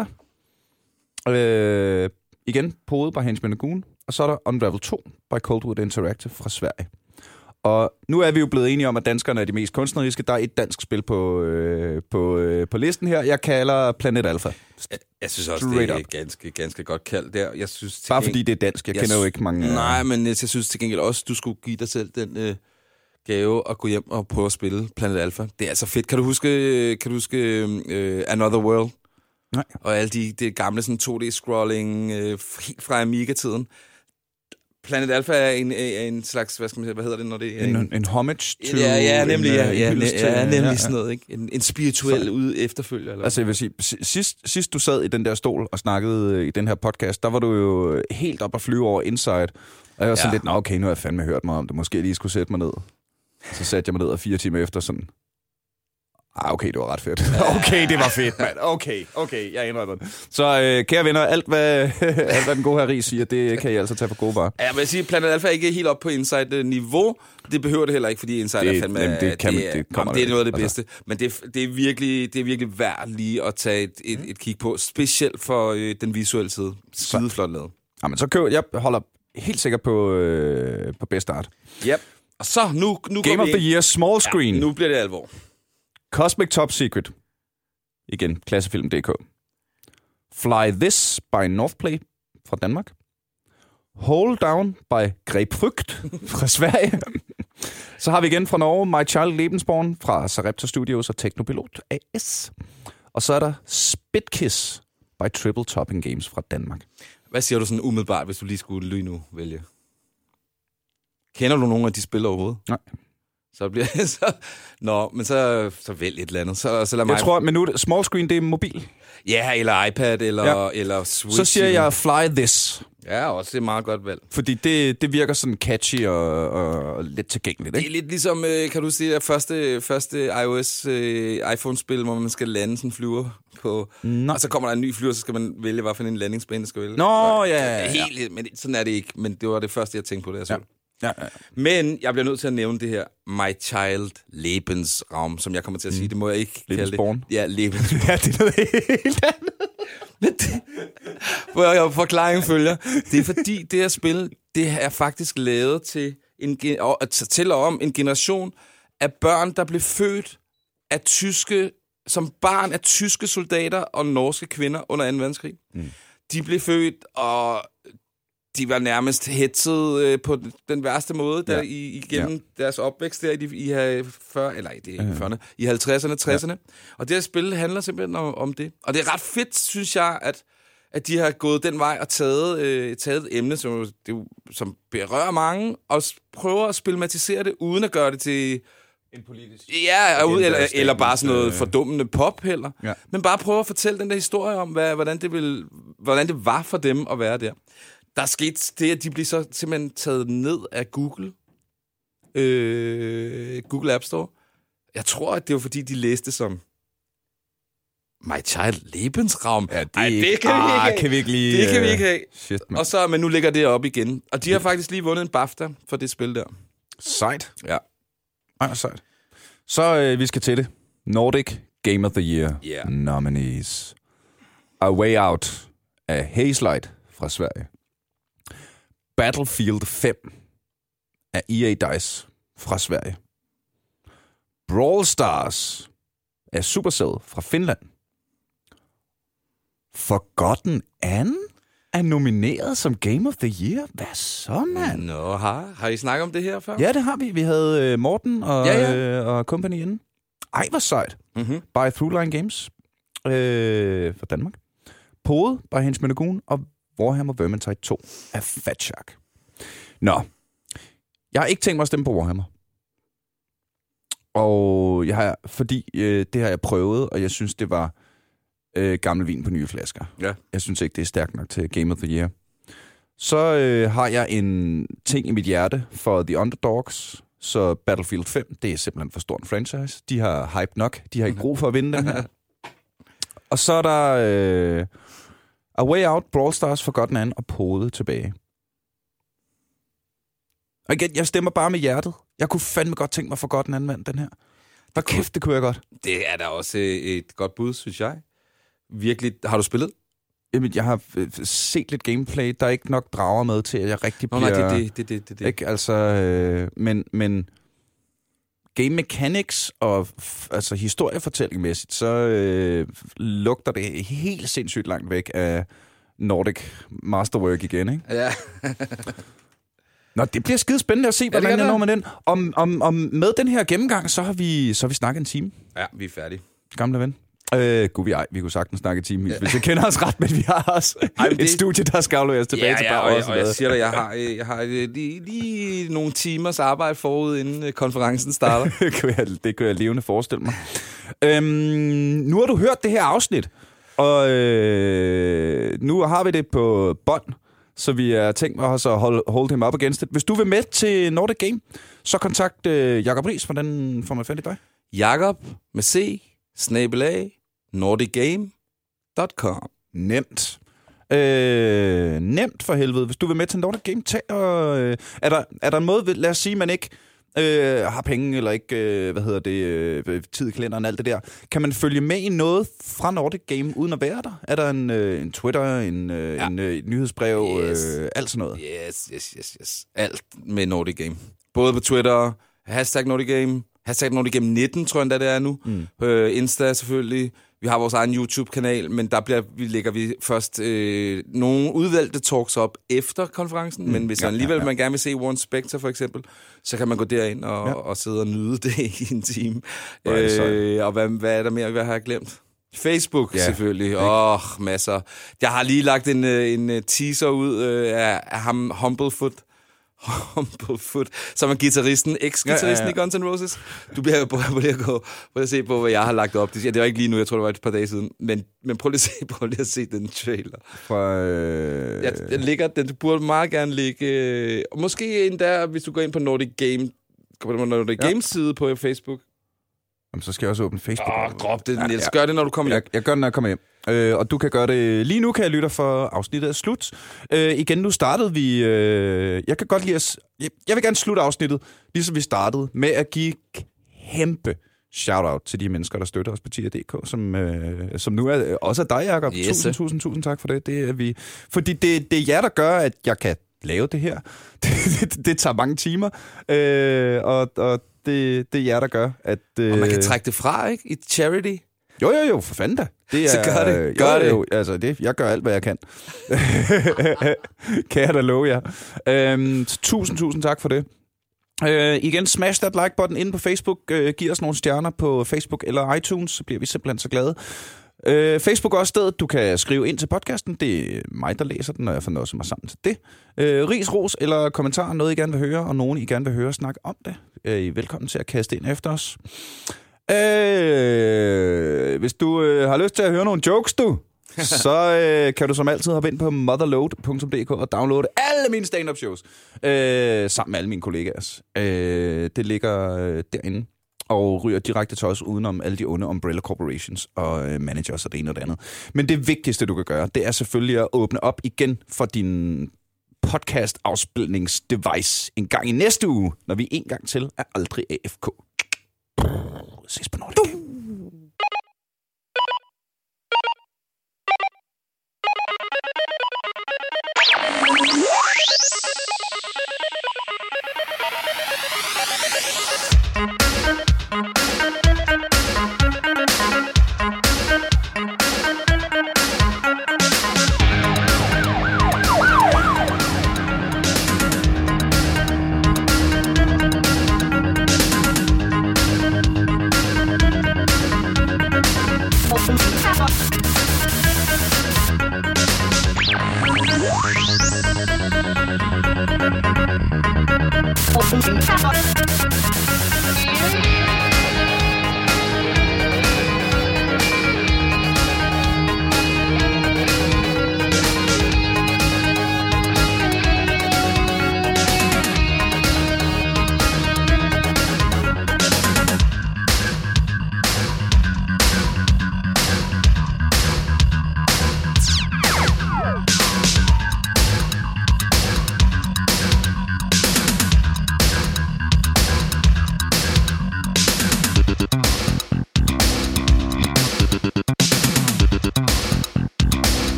Speaker 1: Øh, igen Pode by Hensman og Goon. Og så er der Unravel to by Coldwood Interactive fra Sverige. Og nu er vi jo blevet enige om, at danskerne er de mest kunstneriske. Der er et dansk spil på, øh, på, øh, på listen her. Jeg kalder Planet Alpha.
Speaker 2: Jeg, jeg synes også, Straight det er ganske, ganske godt kaldt der. Jeg synes,
Speaker 1: Bare fordi det er dansk. Jeg, jeg kender jo ikke mange...
Speaker 2: Nej, men jeg synes til gengæld også, du skulle give dig selv den øh, gave at gå hjem og prøve at spille Planet Alpha. Det er altså fedt. Kan du huske, kan du huske øh, Another World?
Speaker 1: Nej.
Speaker 2: Og alle de, de gamle sådan to D-scrolling øh, helt fra Amiga-tiden. Planet Alpha er en, er en slags, hvad skal man sige, hvad hedder det, når det er
Speaker 1: en...
Speaker 2: En,
Speaker 1: en homage to...
Speaker 2: Ja, ja, nemlig, ja, ja,
Speaker 1: en,
Speaker 2: ja, ja, nemlig
Speaker 1: ja, ja.
Speaker 2: sådan noget, ikke? En, en spirituel ud efterfølger. Eller?
Speaker 1: Altså, jeg vil sige, sidst, sidst du sad i den der stol og snakkede i den her podcast, der var du jo helt op at flyve over Inside. Og jeg var sådan ja. lidt, nå okay, nu har jeg fandme hørt mig om det. Måske jeg lige skulle sætte mig ned. Så satte jeg mig ned, og fire timer efter sådan... Ah, okay, det var ret fedt. Okay, det var fedt, mand. Okay, okay, jeg indrømmer det. Så øh, kære venner, alt hvad, alt hvad den gode her Ries siger, det kan I altså tage på gode varer.
Speaker 2: Ja, jeg vil sige, Planet Alpha er ikke helt op på Inside-niveau. Det behøver det heller ikke, fordi Inside
Speaker 1: det,
Speaker 2: er fandme...
Speaker 1: Jamen, det, kan,
Speaker 2: det,
Speaker 1: det, kommer
Speaker 2: det er noget af det
Speaker 1: altså.
Speaker 2: bedste. Men det, det, er virkelig, det er virkelig værd lige at tage et, et, et kig på. Specielt for øh, den visuelle side. Skideflot lavet.
Speaker 1: Jamen, så køber jeg holder helt sikkert på, øh, på Best Art.
Speaker 2: Yep. Og så nu, nu
Speaker 1: Game
Speaker 2: går
Speaker 1: of
Speaker 2: vi
Speaker 1: the Year Small Screen.
Speaker 2: Ja, nu bliver det alvor.
Speaker 1: Cosmic Top Secret. Igen, klassefilm punktum d k. Fly This by Northplay fra Danmark. Hold Down by Grapefrugt fra Sverige. Så har vi igen fra Norge My Child Lebensborn fra Sarepta Studios og Teknopilot A S. Og så er der Spitkiss by Triple Topping Games fra Danmark.
Speaker 2: Hvad siger du sådan umiddelbart, hvis du lige skulle lige nu vælge? Kender du nogen af de spil overhovedet?
Speaker 1: Nej.
Speaker 2: Så bliver det så... Nå, men så, så vælg et eller andet. Så, så lad mig...
Speaker 1: Jeg tror, men nu small screen, det er mobil.
Speaker 2: Ja, eller iPad, eller, ja. eller Switch.
Speaker 1: Så siger jeg Fly This.
Speaker 2: Ja, også det er meget godt valg.
Speaker 1: Fordi det, det virker sådan catchy og, og lidt tilgængeligt, ikke?
Speaker 2: Det er lidt ligesom, kan du sige, det første, første iOS uh, iPhone-spil, hvor man skal lande sådan en flyver på... Nå. Og så kommer der en ny flyver, så skal man vælge, hvad for en landingsbane der skal vælge.
Speaker 1: Nå, ja, ja, ja.
Speaker 2: Helt, men sådan er det ikke. Men det var det første, jeg tænkte på, det jeg så.
Speaker 1: Ja. Ja, ja.
Speaker 2: Men jeg bliver nødt til at nævne det her My Child Lebensraum, som jeg kommer til at sige. Mm. Det må jeg ikke
Speaker 1: Lebensborn.
Speaker 2: kalde det. Ja, Lebensborn.
Speaker 1: Ja, det er noget helt andet.
Speaker 2: Men det, hvor jeg forklaringen følger. Det er fordi, det her spil, det er faktisk lavet til en, til om en generation af børn, der blev født af tyske, som barn af tyske soldater og norske kvinder under anden verdenskrig. Mm. De blev født, og de var nærmest hetset øh, på den værste måde der, ja. i, igennem ja. deres opvækst der i, de, i fyrre, eller i, de, uh-huh. fyrrerne, i halvtredserne, tresserne. Ja. Og det her spil handler simpelthen om, om det. Og det er ret fedt, synes jeg, at, at de har gået den vej og taget, øh, taget et emne, som, det, som berører mange, og prøver at spilmatisere det, uden at gøre det til...
Speaker 1: En politisk...
Speaker 2: Ja, ud, eller, eller bare sådan noget fordummende pop heller. Ja. Men bare prøve at fortælle den der historie om, hvad, hvordan, det vil, hvordan det var for dem at være der. Der er sket det, at de bliver så simpelthen taget ned af Google. Øh, Google App Store. Jeg tror, at det var fordi, de læste som My Child Lebensraum.
Speaker 1: Ja, det,
Speaker 2: Ej, det kan,
Speaker 1: ah,
Speaker 2: vi ikke have.
Speaker 1: kan vi ikke lige...
Speaker 2: Det kan vi ikke have.
Speaker 1: Shit,
Speaker 2: og så, men nu ligger det op igen. Og de har faktisk lige vundet en BAFTA for det spil der.
Speaker 1: Sejt.
Speaker 2: Ja.
Speaker 1: Ej, sejt. Så øh, vi skal til det. Nordic Game of the Year
Speaker 2: yeah.
Speaker 1: nominees. A Way Out af Hazelight fra Sverige. Battlefield fem af E A Dice fra Sverige. Brawl Stars af Supercell fra Finland. Forgotten Anne er nomineret som Game of the Year. Hvad så, mand?
Speaker 2: Nå, har, har I snakket om det her før?
Speaker 1: Ja, det har vi. Vi havde uh, Morten og,
Speaker 2: ja, ja.
Speaker 1: øh, og company inden. Ej, hvor sejt.
Speaker 2: Mm-hmm.
Speaker 1: By Throughline Games øh, fra Danmark. Pode by Hens Menegun og Warhammer Vermintide to af Fat Shark. Nå, jeg har ikke tænkt mig at stemme på Warhammer. Og jeg har, fordi øh, det har jeg prøvet, og jeg synes, det var øh, gammel vin på nye flasker.
Speaker 2: Ja.
Speaker 1: Jeg synes ikke, det er stærkt nok til Game of the Year. Så øh, har jeg en ting i mit hjerte for The Underdogs. Så Battlefield fem, det er simpelthen for stor en franchise. De har hype nok. De har ikke brug for at vinde den her. Og så er der øh, A Way Out, Brawl Stars, Forgotten Anne og Pode tilbage. Og igen, jeg stemmer bare med hjertet. Jeg kunne fandme godt tænke mig Forgotten Anne vandt den her. Hvor kæft, det kunne jeg godt.
Speaker 2: Det er da også et godt bud, synes jeg. Virkelig. Har du spillet?
Speaker 1: Jamen, jeg har set lidt gameplay. Der er ikke nok drager med til, at jeg rigtig
Speaker 2: Nå,
Speaker 1: bliver...
Speaker 2: nej, det er det, det, det, det, det.
Speaker 1: Ikke? Altså, øh, men, men game mechanics og f- altså historiefortællingmæssigt, så øh, lugter det helt sindssygt langt væk af Nordic Masterwork igen, ikke?
Speaker 2: Ja.
Speaker 1: Nå, det bliver skide spændende at se, hvordan ja, jeg når med den. Om, om, om med den her gennemgang, så har vi, så har vi snakket en time.
Speaker 2: Ja, vi er færdige.
Speaker 1: Gamle ven. Øh, gud, vi, ej, vi kunne sagtens snakke timevis, ja. Hvis jeg kender os ret, men vi har også ej, det... et studie, der skal afleveres tilbage
Speaker 2: ja,
Speaker 1: til
Speaker 2: ja,
Speaker 1: bare
Speaker 2: og,
Speaker 1: også.
Speaker 2: Og jeg siger dig, jeg har, jeg har lige, lige nogle timers arbejde forud, inden konferencen starter.
Speaker 1: det, kunne jeg, det kunne jeg levende forestille mig. Øhm, nu har du hørt det her afsnit, og øh, nu har vi det på bånd, så vi har tænkt os at hold, hold him up against it. Hvis du vil med til Nordic Game, så kontakt øh, Jakob Riis. Hvordan får man fat i dig?
Speaker 2: Jakob med C, snabelag, nordic game punktum com.
Speaker 1: Nemt. Øh, nemt for helvede. Hvis du vil med til Nordic Game, tag og... Øh, er, der, er der en måde, lad os sige, man ikke øh, har penge, eller ikke, øh, hvad hedder det, øh, tid i kalenderen og alt det der. Kan man følge med i noget fra Nordic Game, uden at være der? Er der en, øh, en Twitter, en, øh, ja. en øh, nyhedsbrev,
Speaker 2: yes.
Speaker 1: øh, alt sådan noget?
Speaker 2: Yes, yes, yes, yes. Alt med Nordic Game. Både på Twitter, hashtag Nordic Game, hashtag Nordic Game nitten, tror jeg, det er nu. Mm. Øh, Insta selvfølgelig. Vi har vores egen YouTube-kanal, men der bliver, vi lægger vi først øh, nogle udvalgte talks op efter konferencen. Mm. Men hvis ja, alligevel ja, ja. man gerne vil se Warren Spector for eksempel, så kan man gå derind og, ja. og sidde og nyde det i en time. Øh, og hvad, hvad er der mere, hvad har jeg glemt? Facebook ja, selvfølgelig. Åh, oh, masser. Jeg har lige lagt en, en teaser ud øh, af, af ham, Humblefoot, Humble Foot, som er guitaristen, eks-guitaristen ja, ja, ja. i Guns N' Roses. Du bliver på at gå prøv at se på, hvad jeg har lagt op. Det var ikke lige nu, jeg tror, det var et par dage siden. Men, men prøv lige at se, prøv lige at se den trailer.
Speaker 1: For, øh...
Speaker 2: ja, den ligger, den burde meget gerne ligge... Måske endda, hvis du går ind på Nordic Game, går på Nordic ja. Games side på Facebook.
Speaker 1: Jamen, så skal jeg også åbne Facebook.
Speaker 2: Åh, oh, drop det, Niels. Gør det, når du kommer hjem.
Speaker 1: Jeg, jeg gør det, når jeg kommer hjem. Øh, og du kan gøre det lige nu, kan jeg lytte, for afsnittet er slut. Øh, igen, nu startede vi... Øh, jeg kan godt lide at... Jeg, jeg vil gerne slutte afsnittet, ligesom vi startede, med at give kæmpe shout-out til de mennesker, der støtter os på tier punktum d k, som, øh, som nu er også er dig, Jacob. Yes. Tusind, tusind, tusind tak for det. Det er vi... Fordi det, det er jer, der gør, at jeg kan lave det her. det, det, det tager mange timer. Øh, og... og Det, det er jer, der gør, at... Øh...
Speaker 2: Og man kan trække det fra, ikke? I charity.
Speaker 1: Jo, jo, jo, for fanden da. Det er,
Speaker 2: så gør det. Gør
Speaker 1: jo,
Speaker 2: det.
Speaker 1: Jo, altså, det. Jeg gør alt, hvad jeg kan. Kan jeg da love jer. Øhm, tusind, tusind tak for det. Øh, igen, smash that like-button inde på Facebook. Øh, giv os nogle stjerner på Facebook eller iTunes, så bliver vi simpelthen så glade. Øh, Facebook er også stedet, du kan skrive ind til podcasten. Det er mig, der læser den, og jeg fornøjer mig sammen til det. Øh, ris, ros eller kommentar, noget I gerne vil høre, og nogen I gerne vil høre snakke om det. Øh, I er velkommen til at kaste ind efter os. Øh, hvis du øh, har lyst til at høre nogle jokes, du, så øh, kan du som altid hoppe ind på motherload punktum d k og downloade alle mine stand-up shows, øh, sammen med alle mine kollegaer. Øh, det ligger øh, derinde og ryger direkte til os udenom alle de onde umbrella corporations og øh, managers og det ene og det andet. Men det vigtigste, du kan gøre, det er selvfølgelig at åbne op igen for din podcast-afspilningsdevice en gang i næste uge, når vi en gang til er aldrig A F K. Ses på Nordic Game.